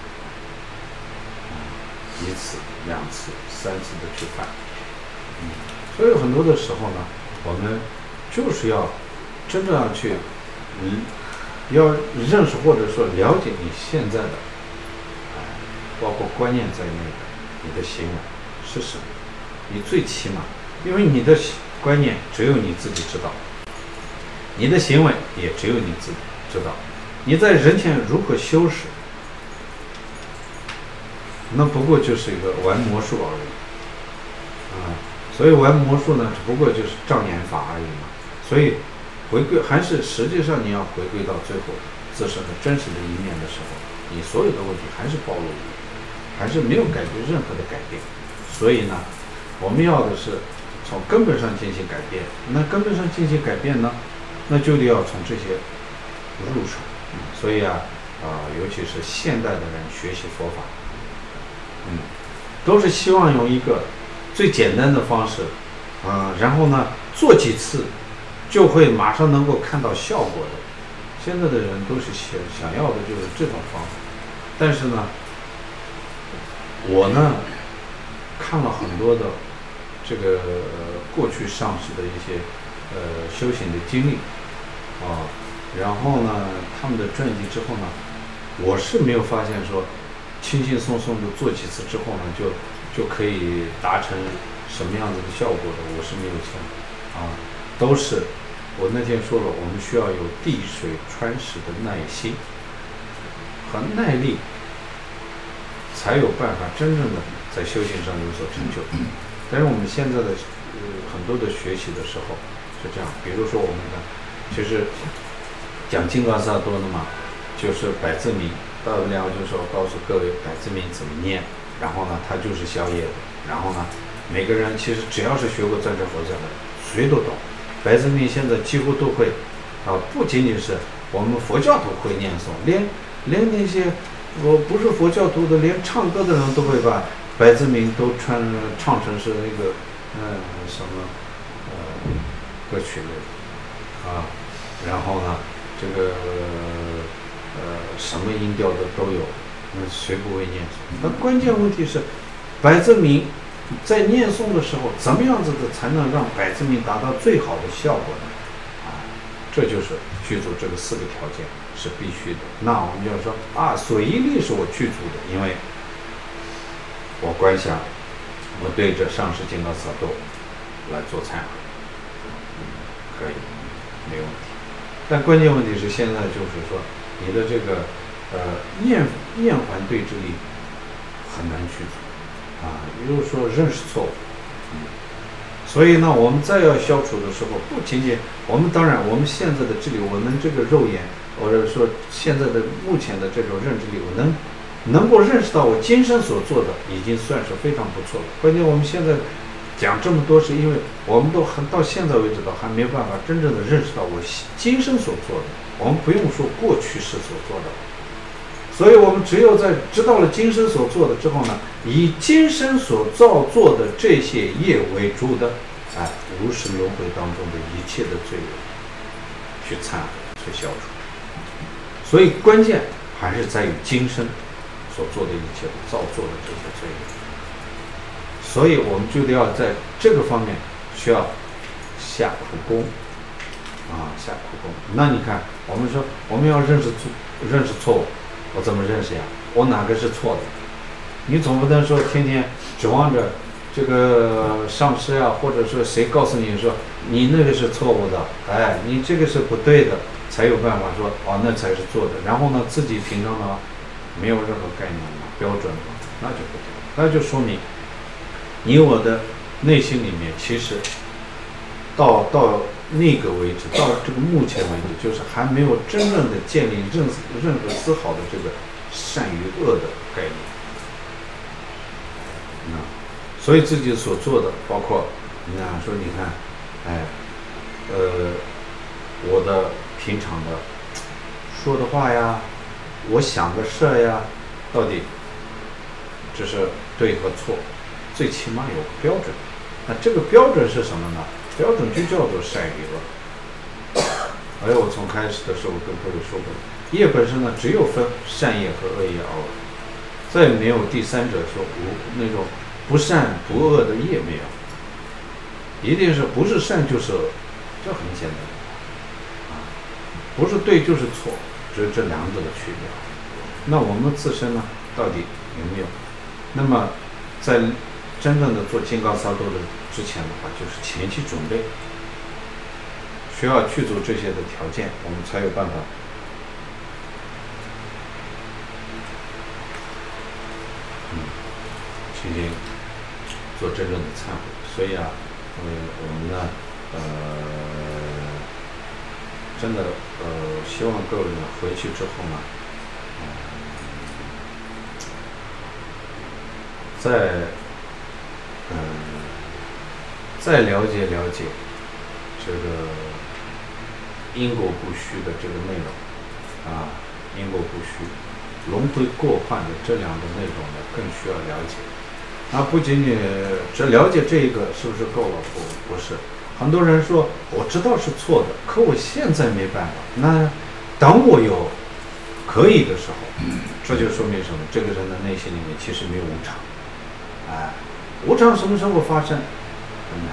一次、2次、3次的去犯。所以很多的时候呢，我们就是要真正要去要认识或者说了解你现在的包括观念在内的你的行为是什么。你最起码，因为你的观念只有你自己知道，你的行为也只有你自己知道，你在人前如何修饰，那不过就是一个玩魔术而已所以玩魔术呢，只不过就是障眼法而已嘛。所以回归还是实际上你要回归到最后自身的真实的一面的时候，你所有的问题还是暴露于，还是没有感觉任何的改变。所以呢，我们要的是从根本上进行改变。那根本上进行改变呢，那就得要从这些入手。所以尤其是现代的人学习佛法，都是希望用一个最简单的方式，然后呢做几次就会马上能够看到效果的。现在的人都是想要的就是这种方法。但是呢，我呢看了很多的这个过去上师的一些修行的经历然后呢他们的传记之后呢，我是没有发现说轻轻松松的做几次之后呢就可以达成什么样子的效果的，我是没有见的都是我那天说了，我们需要有滴水穿石的耐心和耐力，才有办法真正的在修行上有所成就。但是我们现在的很多的学习的时候是这样，比如说我们的其实讲金刚萨多的嘛，就是百字明，到不了就是说告诉各位百字明怎么念，然后呢它就是消业的。然后呢每个人其实只要是学过藏传佛教的谁都懂，百字明现在几乎都会不仅仅是我们佛教徒会念诵，连那些不是佛教徒的，连唱歌的人都会把百字明都唱成是那个什么歌曲类的然后呢这个什么音调的都有，那谁不会念诵？那关键问题是百字明在念诵的时候怎么样子的才能让百字明达到最好的效果呢？这就是具足这个4个条件是必须的。那我们就说所依力是我具足的，因为我观想我对着上师金刚萨埵来做忏悔，可以没问题。但关键问题是现在就是说你的这个念还对治力很难具足也就是说认识错误所以呢我们再要消除的时候，不仅仅我们当然我们现在的这里我们这个肉眼或者说现在的目前的这种认知力，我能够认识到我今生所做的已经算是非常不错了。关键我们现在讲这么多是因为我们都到现在为止还没有办法真正的认识到我今生所做的，我们不用说过去世所做的。所以我们只有在知道了今生所做的之后呢，以今生所造作的这些业为主的无始轮回当中的一切的罪恶去忏悔去消除所以关键还是在于今生所做的一切造作的这些罪业。所以我们就得要在这个方面需要下苦功下苦功。那你看，我们说我们要认识错误，我怎么认识呀？我哪个是错的？你总不能说天天指望着这个上师呀，或者说谁告诉你说你那个是错误的，你这个是不对的，才有办法说那才是做的。然后呢，自己平常呢没有任何概念标准那就不对，那就说明你我的内心里面其实到那个为止，到这个目前为止，就是还没有真正的建立任何丝毫的这个善与恶的概念。所以自己所做的，包括你看，我的平常的说的话呀，我想的事呀，到底这是对和错，最起码有个标准。那这个标准是什么呢？标准就叫做善与恶。我从开始的时候跟各位说过，业本身呢只有分善业和恶业而已，再没有第三者说那种不善不恶的业没有，一定是不是善就是恶，这很简单不是对就是错，只是这两者的区别。那我们自身呢，到底有没有？那么在真正的做金刚萨埵的之前的话，就是前期准备，需要去做这些的条件，我们才有办法去做真正的忏悔。所以我们呢真的希望各位呢回去之后呢再了解这个因果不虚的这个内容因果不虚轮回过患的这两个内容呢更需要了解。不仅仅只了解这个是不是够了？不是。很多人说我知道是错的，可我现在没办法。那等我有可以的时候，这就说明什么？这个人的内心里面其实没有无常。无常什么时候发生？很难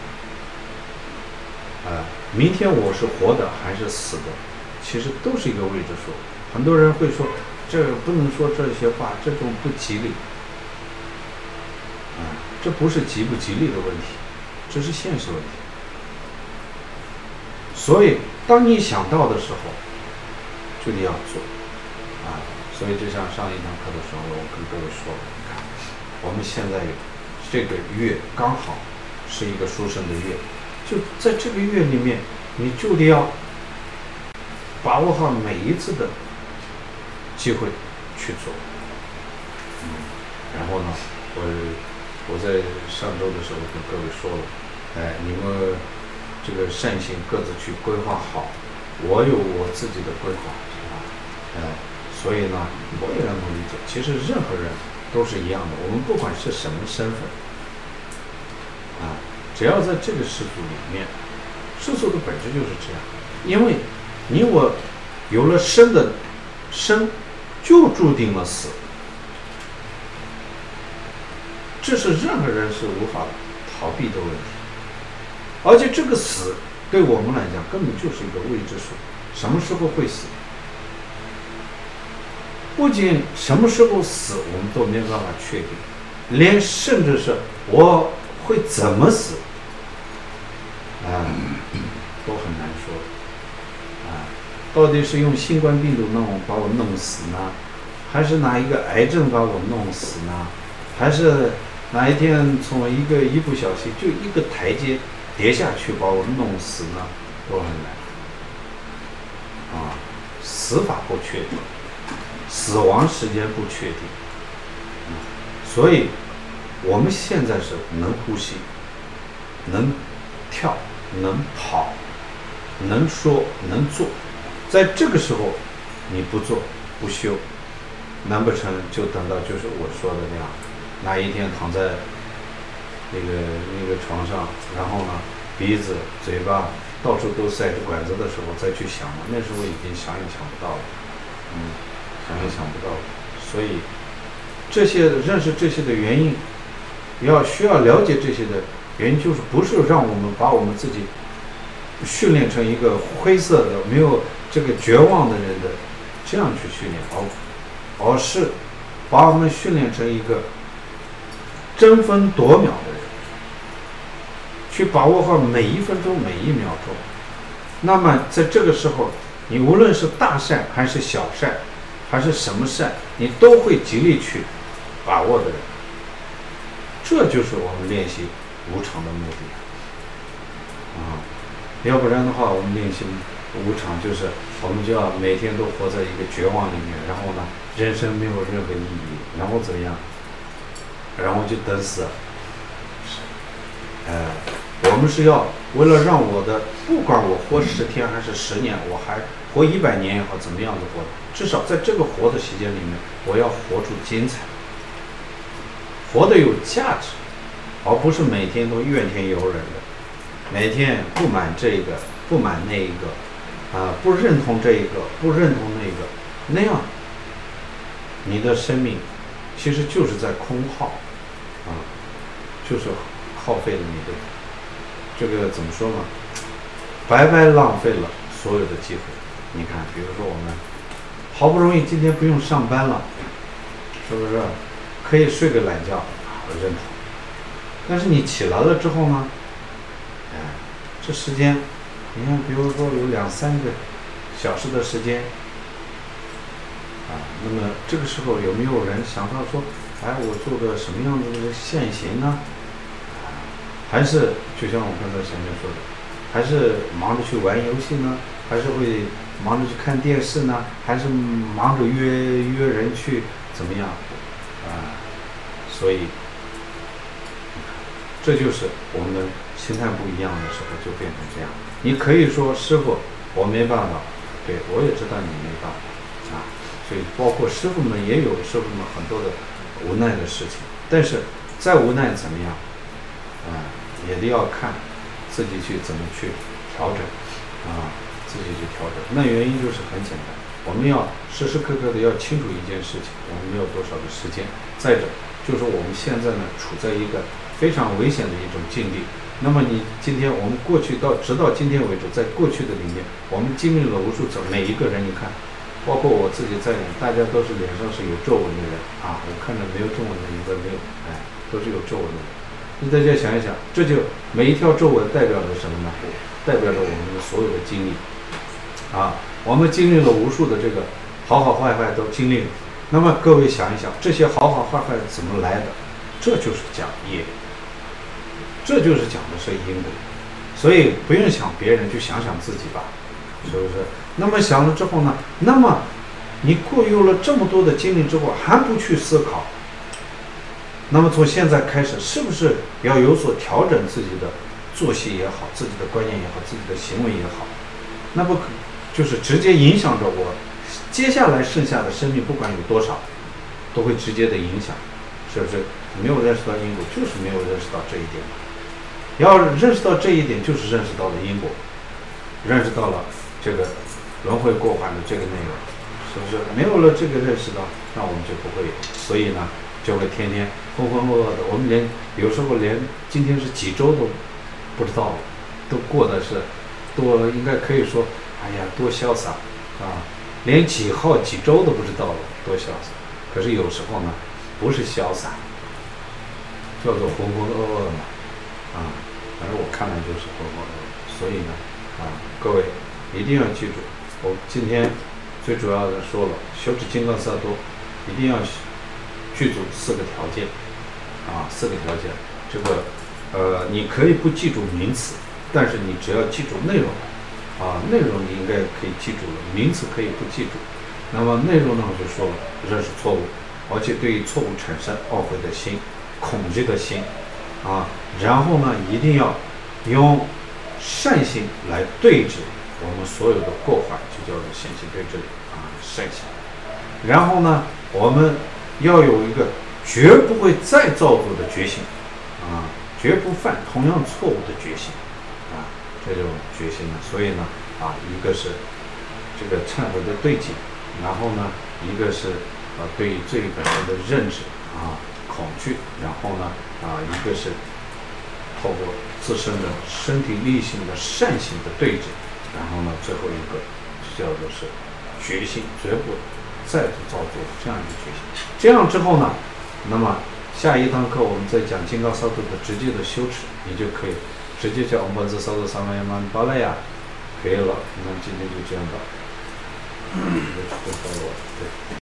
说。明天我是活的还是死的，其实都是一个未知数。很多人会说，这不能说这些话，这种不吉利。这不是吉不吉利的问题，这是现实问题。所以当你想到的时候就得要做所以就像上一堂课的时候我跟各位说了，看我们现在这个月刚好是一个殊胜的月，就在这个月里面你就得要把握好每一次的机会去做。然后呢我在上周的时候跟各位说了，你们这个善行各自去规划好，我有我自己的规划，所以呢，我也能理解。其实任何人都是一样的，我们不管是什么身份，只要在这个世俗里面，世俗的本质就是这样。因为你我有了生，就注定了死。这是任何人是无法逃避的问题，而且这个死对我们来讲根本就是一个未知数，什么时候会死？不仅什么时候死我们都没办法确定，甚至是我会怎么死，都很难说。到底是用新冠病毒把我弄死呢，还是哪一个癌症把我弄死呢？还是哪一天从一不小心就一个台阶跌下去把我弄死呢？都很难。死法不确定，死亡时间不确定。所以我们现在是能呼吸，能跳，能跑，能说，能做。在这个时候你不做不修，难不成就等到就是我说的那样，哪一天躺在那个床上，然后呢鼻子嘴巴到处都塞着管子的时候再去想吗？那时候已经想也想不到了。 想也想不到。所以这些认识这些的原因，需要了解这些的原因，就是不是让我们把我们自己训练成一个灰色的、没有这个绝望的人的这样去训练，而是把我们训练成一个争分夺秒的人，去把握好每一分钟、每一秒钟。那么在这个时候，你无论是大善还是小善，还是什么善，你都会极力去把握的人。这就是我们练习无常的目的要不然的话，我们练习无常，就是我们就要每天都活在一个绝望里面，然后呢，人生没有任何意义，然后怎么样？然后就等死。我们是要为了让我的，不管我活10天还是10年，我还活100年也好，怎么样的活，至少在这个活的时间里面，我要活出精彩，活得有价值，而不是每天都怨天尤人的，每天不满这个，不满那一个，不认同这一个，不认同那个，那样，你的生命其实就是在空耗，就是耗费了你的这个怎么说呢？白白浪费了所有的机会。你看，比如说我们好不容易今天不用上班了，是不是可以睡个懒觉？我认同。但是你起来了之后呢？这时间，你看，比如说有2-3个小时的时间，那么这个时候有没有人想到说，我做个什么样的现行呢？还是就像我刚才前面说的，还是忙着去玩游戏呢？还是会忙着去看电视呢？还是忙着约人去怎么样？所以这就是我们心态不一样的时候就变成这样。你可以说师父，我没办法，对，我也知道你没办法所以包括师父们也有师父们很多的无奈的事情，但是再无奈怎么样？也得要看自己去怎么去调整自己去调整。那原因就是很简单，我们要时时刻刻的要清楚一件事情，我们没有多少的时间。再者就是我们现在呢处在一个非常危险的一种境地。那么你今天我们直到今天为止，在过去的里面，我们经历了无数次，每一个人你看，包括我自己在内，大家都是脸上是有皱纹的人我看着没有皱纹的一个没有，都是有皱纹的人。你大家想一想，这就每一条皱纹代表着什么呢？代表着我们的所有的经历我们经历了无数的这个好好坏坏都经历了。那么各位想一想，这些好好坏坏怎么来的？这就是讲业，这就是讲的是因果。所以不用想别人，就想想自己吧，是不是？那么想了之后呢，那么你过有了这么多的经历之后，还不去思考，那么从现在开始，是不是要有所调整自己的作息也好，自己的观念也好，自己的行为也好？那不就是直接影响着我接下来剩下的生命，不管有多少，都会直接的影响，是不是？没有认识到因果，就是没有认识到这一点。要认识到这一点，就是认识到了因果，认识到了这个轮回过患的这个内容，是不是？没有了这个认识到，那我们就不会有。所以呢，就会天天浑浑噩噩的。我们有时候连今天是几周都不知道了，都过的是多，应该可以说，多潇洒连几号几周都不知道了，多潇洒。可是有时候呢，不是潇洒，叫做浑浑噩噩嘛反正我看来就是浑浑噩噩。所以呢各位一定要记住，我今天最主要的说了，修持金刚萨埵一定要具足4个条件4个条件。这个你可以不记住名词，但是你只要记住内容内容你应该可以记住了，名词可以不记住。那么内容呢，我就说了，认识错误，而且对于错误产生懊悔的心、恐惧的心然后呢，一定要用善心来对治我们所有的过患，就叫做善心对治善心。然后呢，我们要有一个绝不会再造作的决心绝不犯同样错误的决心这种决心呢。所以呢一个是这个忏悔的对境然后呢，一个是对这一本书的认知恐惧，然后呢一个是透过自身的身体力行的善行的对峙，然后呢最后一个叫做是决心，绝不再次造作这样一个决心。这样之后呢，那么下一堂课我们再讲金刚萨埵的直接的修持，你就可以直接叫嗡般兹萨埵萨玛耶玛尼巴拉雅，可以了。那今天就这样吧。对。